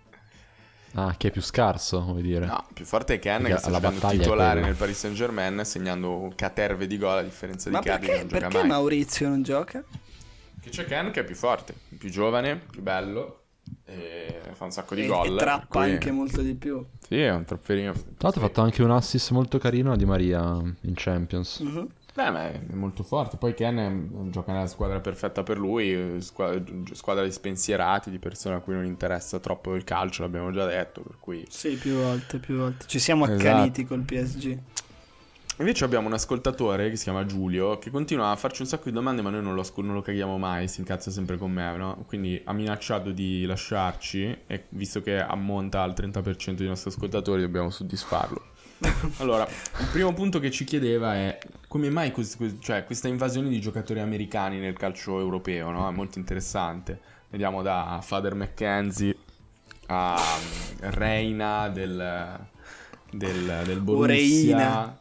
Ah, chi è più scarso, vuoi dire? No, più forte è Ken, Perché che sta la giocando battaglia è titolare quella. nel Paris Saint-Germain, segnando caterve di gol a differenza Ma di Icardi che perché, non gioca perché mai. Maurizio non gioca? Che c'è Ken che è più forte, più giovane, più bello, e fa un sacco di E, gol. e per trappa cui- anche molto di più. Sì, è un trapperino. Tra l'altro ha fatto anche un assist molto carino a Di Maria in Champions. Mhm. Beh, ma è molto forte. Poi Ken è- gioca nella squadra perfetta per lui, squadra, squadra di spensierati, di persone a cui non interessa troppo il calcio, l'abbiamo già detto, per cui... Sì, più volte, più volte. Ci siamo Esatto. accaniti col P S G. Invece abbiamo un ascoltatore che si chiama Giulio, che continua a farci un sacco di domande, ma noi non lo, ascol- non lo caghiamo mai, si incazza sempre con me, no? Quindi ha minacciato di lasciarci, e visto che ammonta al trenta per cento dei nostri ascoltatori dobbiamo soddisfarlo. Allora, il primo punto che ci chiedeva è come mai cos- cos- cioè, questa invasione di giocatori americani nel calcio europeo, no? È molto interessante. Vediamo da Father McKenzie a um, Reina del, del, del Borussia, Reina.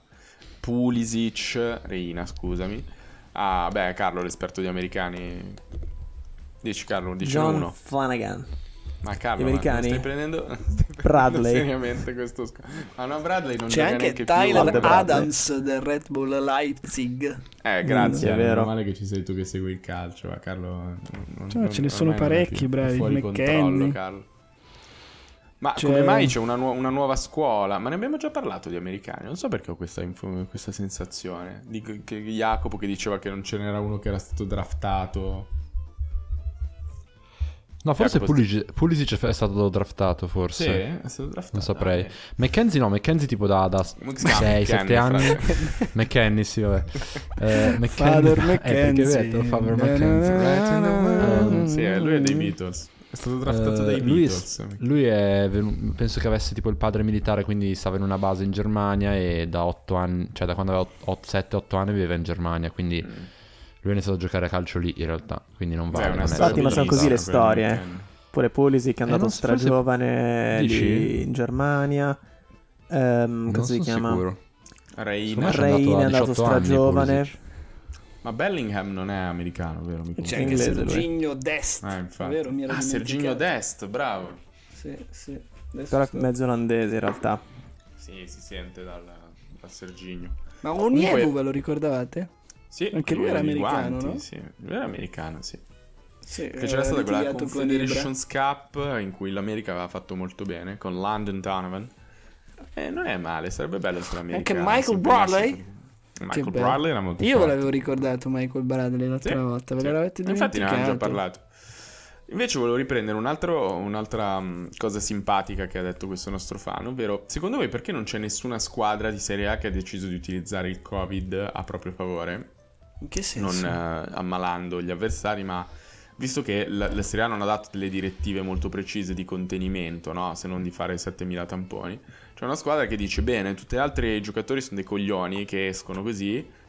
Pulisic, Reina scusami. Ah, beh, Carlo, l'esperto di americani. Dici Carlo, dici John uno. Flanagan. Ma Carlo, Gli ma americani? stai prendendo, stai prendendo Bradley. seriamente questo sc- Ma no, Bradley non C'è gioca anche neanche Tyler più. Guarda, Bradley. Adams del Red Bull Leipzig. Eh, grazie, Mm, è è vero. male che ci sei tu che segui il calcio, ma Carlo non, Cioè, non- ce ne sono ormai non è parecchi più- è bravi, fuori McKennie. controllo, Carlo. Ma Cioè- come mai c'è una, nu- una nuova scuola? Ma ne abbiamo già parlato di americani, non so perché ho questa, info- questa sensazione. Di che- che Jacopo che diceva che non ce n'era uno che era stato draftato. No, forse Jacopo, Pulisic, Pulisic è stato draftato, forse. Sì, è stato draftato. Non saprei. Ah, McKenzie no, McKenzie tipo da, da Come si chiama? sei sette McKennie, anni. frate. McKennie, sì, vabbè. Eh, McKennie, Father eh, perché McKenzie. vedo Father McKenzie. Right in the world. Eh, Sì, eh, lui è dei Beatles. È stato draftato Eh, dai lui, Beatles. è, lui è venu- penso che avesse tipo il padre militare, quindi stava in una base in Germania e da otto anni, cioè da quando aveva sette otto anni viveva in Germania, quindi Mm. lui ha iniziato a giocare a calcio lì in realtà, quindi non Beh, vale. una non è- storia Infatti, ma sono così le bellissima, storie, quella eh. McKennie. Pure Pulisic è andato non so, forse- stragiovane Dici? lì in Germania. Ehm, non cosa si sono chiama? sicuro. Reina. Secondo me c'è Reina è andato a andato diciotto anni, stragiovane. Pulisic. Ma Bellingham non è americano, vero? Mi C'è confondo. anche inglese lui. Serginho Dest. Ah, infatti. Vero, mi ero ah, Serginho dimenticato. Dest, bravo. Sì, sì. Adesso Però è sto- mezzo olandese in realtà. Sì, si sente dal, dal Serginho. Ma Oniewu Comunque- ve lo ricordavate? Sì, Anche lui era con i americano, guanti, no? Sì, lui era americano, sì. Sì, Che c'era eh, stata quella litigato con Confederations Cup in cui l'America aveva fatto molto bene con Landon Donovan. E non è male, sarebbe bello se l'America Anche Michael si impegnasse Bradley? per- Che Michael bello. Bradley era molto Io ve forte. l'avevo ricordato Michael Bradley l'altra Sì, volta, ve sì. l'avete dimenticato. Infatti ne avevamo già parlato. Invece volevo riprendere un altro, un'altra mh, cosa simpatica che ha detto questo nostro fan, ovvero, secondo voi perché non c'è nessuna squadra di Serie A che ha deciso di utilizzare il Covid a proprio favore? In che Non senso? eh, ammalando gli avversari, ma visto che la, la Serie A non ha dato delle direttive molto precise di contenimento, no? Se non di fare settemila tamponi, c'è una squadra che dice, bene, tutti gli altri giocatori sono dei coglioni che escono così,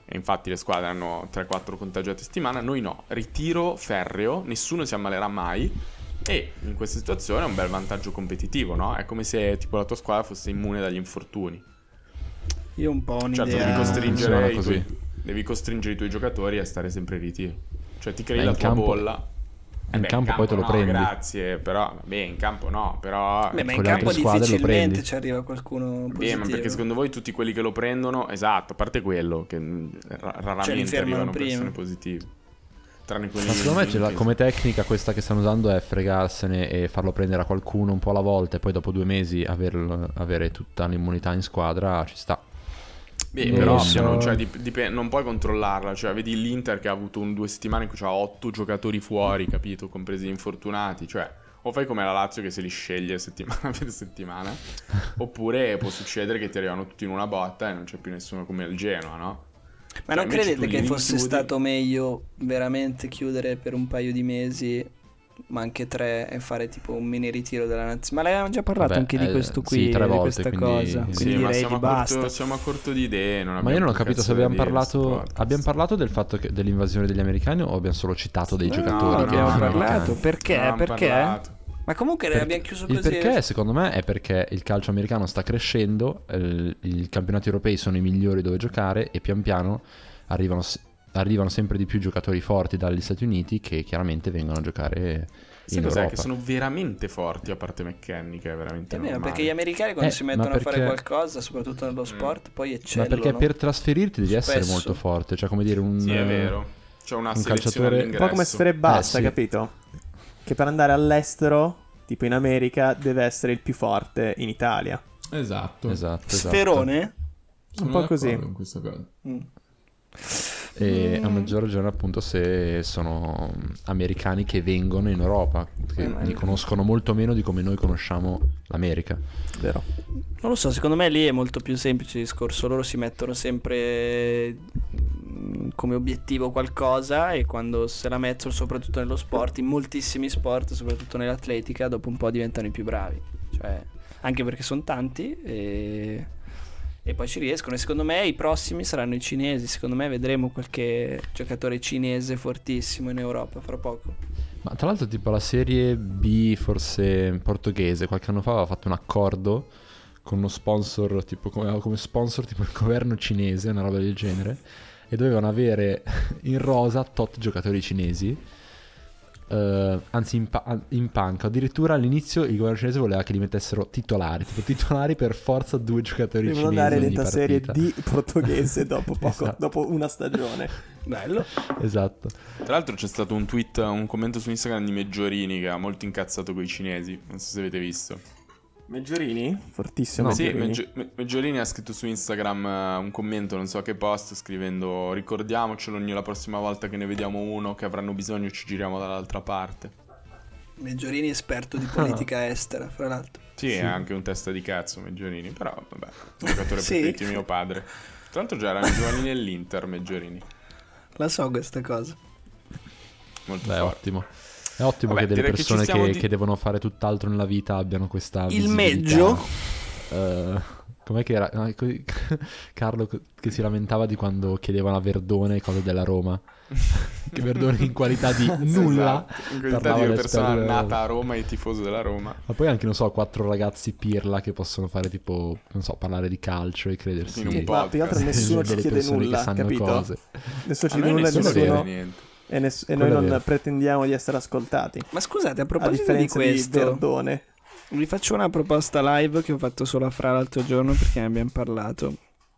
e infatti le squadre hanno tre quattro contagiati a settimana, noi no, ritiro ferreo, nessuno si ammalerà mai, e in questa situazione è un bel vantaggio competitivo, no? È come se tipo la tua squadra fosse immune dagli infortuni. Io un po' ho un'idea. Certo, devi costringere, funziona i così. tuoi, devi costringere i tuoi giocatori a stare sempre in ritiro, cioè ti crei Beh, la in tua campo- bolla. in Beh, campo poi te lo no, prendi. grazie, però vabbè, in campo no, però Beh, ma in con le campo altre squadre lo difficilmente prendi. ci arriva qualcuno positivo. Beh, ma perché secondo voi tutti quelli che lo prendono, esatto, a parte quello che mh, ra- Cioè, li raramente fermano arrivano prima. persone positive, tranne quelli Ma secondo me ce l'ha- che- come tecnica questa che stanno usando è fregarsene e farlo prendere a qualcuno un po' alla volta e poi dopo due mesi aver- avere tutta l'immunità in squadra ci sta. Beh, Eh, però so- piano- cioè, dip- dip- non puoi controllarla, cioè vedi l'Inter che ha avuto un due settimane in cui c'ha otto giocatori fuori, capito, compresi gli infortunati, cioè o fai come la Lazio che se li sceglie settimana per settimana, oppure può succedere che ti arrivano tutti in una botta e non c'è più nessuno come il Genoa, no? Ma Cioè, non invece credete tu che li fosse rinchiudi- stato meglio veramente chiudere per un paio di mesi, ma anche tre, e fare tipo un mini ritiro della nazione? Ma l'avevamo già parlato Vabbè, anche di eh, questo sì, qui, tre di volte, questa quindi- cosa. Sì, Quindi Sì, ma direi siamo di a, basta. corto, siamo a corto di idee. Non Ma io non ho abbiamo più capito cazzo se da abbiamo dire in sto parlato podcast. abbiamo parlato del fatto che dell'invasione degli americani o abbiamo solo citato dei No, giocatori no, che abbiamo erano parlato. americani? Perché? Avevamo Perché? parlato. Ma comunque Per- abbiamo chiuso il così. perché secondo me è perché il calcio americano sta crescendo, il- i campionati europei sono i migliori dove giocare e pian piano arrivano, s- arrivano sempre di più giocatori forti dagli Stati Uniti che chiaramente vengono a giocare Sai in cos'è? Europa. Che sono veramente forti, a parte McKennie, che è veramente È vero, normale. perché gli americani quando Eh, si ma mettono a fare perché- qualcosa, soprattutto nello sport, poi Ma eccellono. perché per trasferirti devi essere Spesso. molto forte, cioè come dire un Sì, è vero. C'è una un selezione calciatore- all'ingresso. Un po' come sfere e basta, Eh, sì. capito? Che per andare all'estero, tipo in America, deve essere il più forte in Italia. Esatto. esatto, esatto. Sferone? Un po' così. Con questa cosa. Mm. E a maggior ragione appunto se sono americani che vengono in Europa, che Eh, ma- li conoscono molto meno di come noi conosciamo l'America. Vero. Non lo so, secondo me lì è molto più semplice il discorso. Loro si mettono sempre mm, come obiettivo qualcosa, e quando se la mettono, soprattutto nello sport, in moltissimi sport, soprattutto nell'atletica, dopo un po' diventano i più bravi. Cioè, anche perché sono tanti e... e poi ci riescono. E secondo me i prossimi saranno i cinesi. Secondo me vedremo qualche giocatore cinese fortissimo in Europa fra poco. Ma tra l'altro tipo la Serie B forse portoghese qualche anno fa aveva fatto un accordo con uno sponsor, tipo come, aveva come sponsor tipo il governo cinese, una roba del genere, e dovevano avere in rosa tot giocatori cinesi. Eh, anzi in, pa- in panca addirittura all'inizio il governo cinese voleva che li mettessero titolari, tipo titolari per forza due giocatori Devono cinesi andare ogni dentro Serie partita. D portoghese dopo poco, Esatto. dopo una stagione. Bello. Esatto. Tra l'altro c'è stato un tweet, un commento su Instagram di Meggiorini che ha molto incazzato coi cinesi. Non so se avete visto. Meggiorini? Fortissimo. No. Sì, Meggiorini. Meggio- Me- Meggiorini ha scritto su Instagram eh, un commento, non so a che post, scrivendo: ricordiamocelo ogni la prossima volta che ne vediamo uno che avranno bisogno, ci giriamo dall'altra parte. Meggiorini esperto di politica estera, fra l'altro. Sì, è anche un testa di cazzo Meggiorini, però vabbè, il giocatore Sì. preferito di mio padre. Tra l'altro già erano giovani nell'Inter Meggiorini. La so questa cosa. Molto Beh, è forte. ottimo. È ottimo Vabbè, che delle direi che ci persone che, stiamo di- che devono fare tutt'altro nella vita abbiano questa Il visibilità. meggio? Eh, com'è che era? Ah, co- Carlo co- che si lamentava di quando chiedevano a Verdone cose della Roma. Che Verdone in qualità di nulla Esatto. In qualità parlava di una all'esperto persona della Roma. nata a Roma e tifoso della Roma. Ma poi anche, non so, quattro ragazzi pirla che possono fare tipo, non so, parlare di calcio e credersi In un Sì, ma più che altro podcast. nessuno ci delle chiede persone che nulla, sanno capito? cose. Nessuno ci A chiede noi nulla e nessuno nessuno... chiede niente. E, ness- e Quello noi è non vero. pretendiamo di essere ascoltati. Ma scusate, a A proposito di differenza di, questo, Verdone. vi faccio una proposta live che ho fatto solo a Fra l'altro giorno perché ne abbiamo parlato.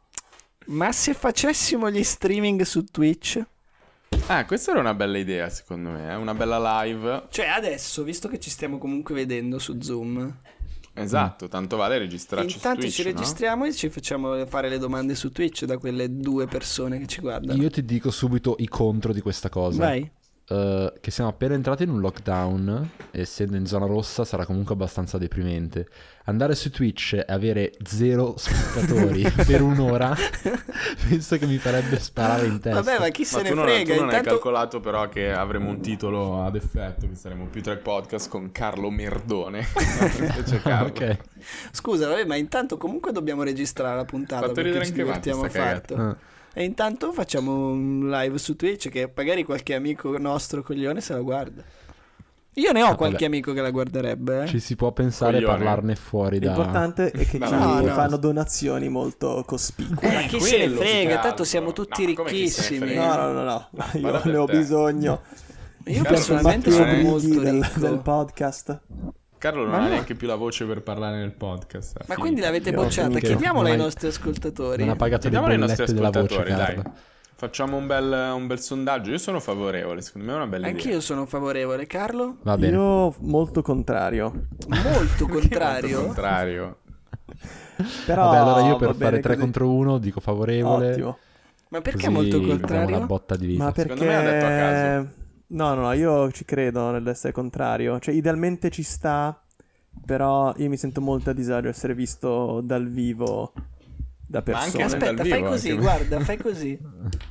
Ma se facessimo gli streaming su Twitch? Ah, questa era una bella idea, secondo me. È una bella live. Cioè adesso, visto che ci stiamo comunque vedendo su Zoom, Esatto, tanto vale registrarci intanto su Twitch, ci no? registriamo e ci facciamo fare le domande su Twitch da quelle due persone che ci guardano. Io ti dico subito i contro di questa cosa. Vai. Eh, che siamo appena entrati in un lockdown, essendo in zona rossa sarà comunque abbastanza deprimente. Andare su Twitch e avere zero spettatori per un'ora penso che mi farebbe sparare in testa. Vabbè, ma chi se Ma ne tu non, frega? tu non hai Intanto calcolato però che avremo un titolo ad effetto, che saremo più tre podcast con Carlo Merdone. Invece Carlo. Ok. scusa, vabbè, ma intanto comunque dobbiamo registrare la puntata Fatto perché ridere ci anche me divertiamo a questa cagata. farlo. Ah. E intanto facciamo un live su Twitch che magari qualche amico nostro coglione se la guarda. Io ne ho Ah, qualche vabbè. amico che la guarderebbe, eh. Ci si può pensare a Coglione. parlarne fuori da... L'importante è che No, ci no, no. fanno donazioni molto cospicue. Ma Eh, chi se ne quello, frega, più che tanto altro. siamo tutti No, come chi se ne ricchissimi. frega? No, no, no, no, No, io vada per ne ho te. bisogno. Io Carlo, personalmente sono sono Batti molto obblighi del, ricco. del podcast. Carlo non Ma ha no. neanche più la voce per parlare nel podcast. Ma Finito. quindi l'avete Io bocciata? finché- Chiediamola non ai hai- nostri ascoltatori. Non ha pagato le Chiediamolo ai nostri bollette della voce, ascoltatori, dai. Carlo. Facciamo un bel, un bel sondaggio. Io sono favorevole, secondo me è una bella idea. Anch'io sono favorevole. Carlo? Va bene. Io molto contrario. Molto contrario. Al contrario. Però Vabbè, allora io va per bene fare tre così. contro uno dico favorevole. Ottimo. Ma perché Così molto diamo una contrario? botta di vita. Ma Secondo me ha detto a perché caso. no, no, no, io ci credo nell'essere contrario. Cioè, idealmente ci sta, però io mi sento molto a disagio essere visto dal vivo da Ma anche persone. dal Aspetta, fai vivo, così, anche- guarda, fai così.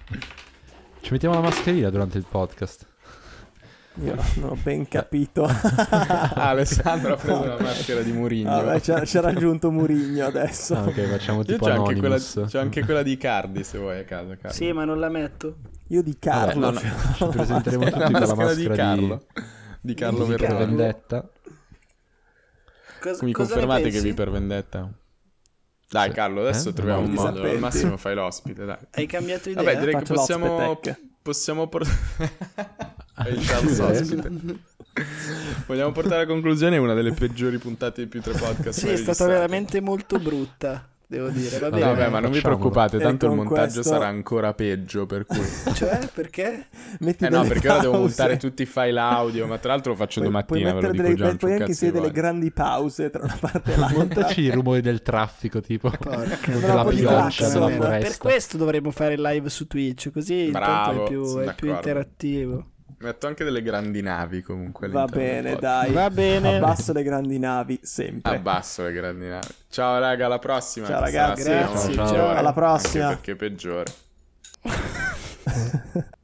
Ci mettiamo la mascherina durante il podcast. Io non ho ben capito. Ah, Alessandro ha preso la maschera di Mourinho. Vabbè, ci ha, ci ha raggiunto Murigno adesso. Ah, ok, facciamo Io tipo c'ho anche, quella, Anonymous. c'ho anche quella di Cardi se vuoi a casa, Carlo. Sì, ma non la metto. Io di Carlo. Vabbè, no, cioè, no, ci presenteremo La tutti con la maschera di maschera di, Carlo. Di Carlo Di di Verrone. Carlo. Vendetta. Cosa, Mi cosa ne confermate che pensi? vi per vendetta? Dai Sì. Carlo, adesso Eh? troviamo un Non modo. disappenti. Al massimo fai l'ospite, dai. Hai cambiato idea? Vabbè, direi che Faccio possiamo l'ospitec. possiamo portare Fai il Charles Scusa, eh? ospite. Vogliamo portare a conclusione una delle peggiori puntate di più tre podcast. Sì, mai è stata registrate. veramente molto brutta, devo dire. Va Vabbè, bene. Vabbè, ma non vi facciamolo. preoccupate, E tanto il con montaggio questo- sarà ancora peggio, per cui Cioè, perché? Metti Eh no, delle perché ora devo pause. montare tutti i file audio, ma tra l'altro lo faccio Puoi- domattina, puoi ve lo mettere dico delle, già, non puoi c'ho un anche cazzo di inserire delle voglia. grandi pause tra una parte e l'altra. Montaci i rumori del traffico, tipo Porca della un po' di pioggia, clacson, della almeno. Per foresta. questo dovremmo fare il live su Twitch, così intanto Bravo, è più, sono è più d'accordo. interattivo. Metto anche delle grandi navi comunque Va all'interno del bene, podcast. dai. Va bene. Abbasso le grandi navi, sempre. Abbasso le grandi navi. Ciao raga, alla prossima. Ciao, Sarà ragazzi. sì, Grazie, un ciao. peggiore, Alla prossima. Anche perché è peggiore.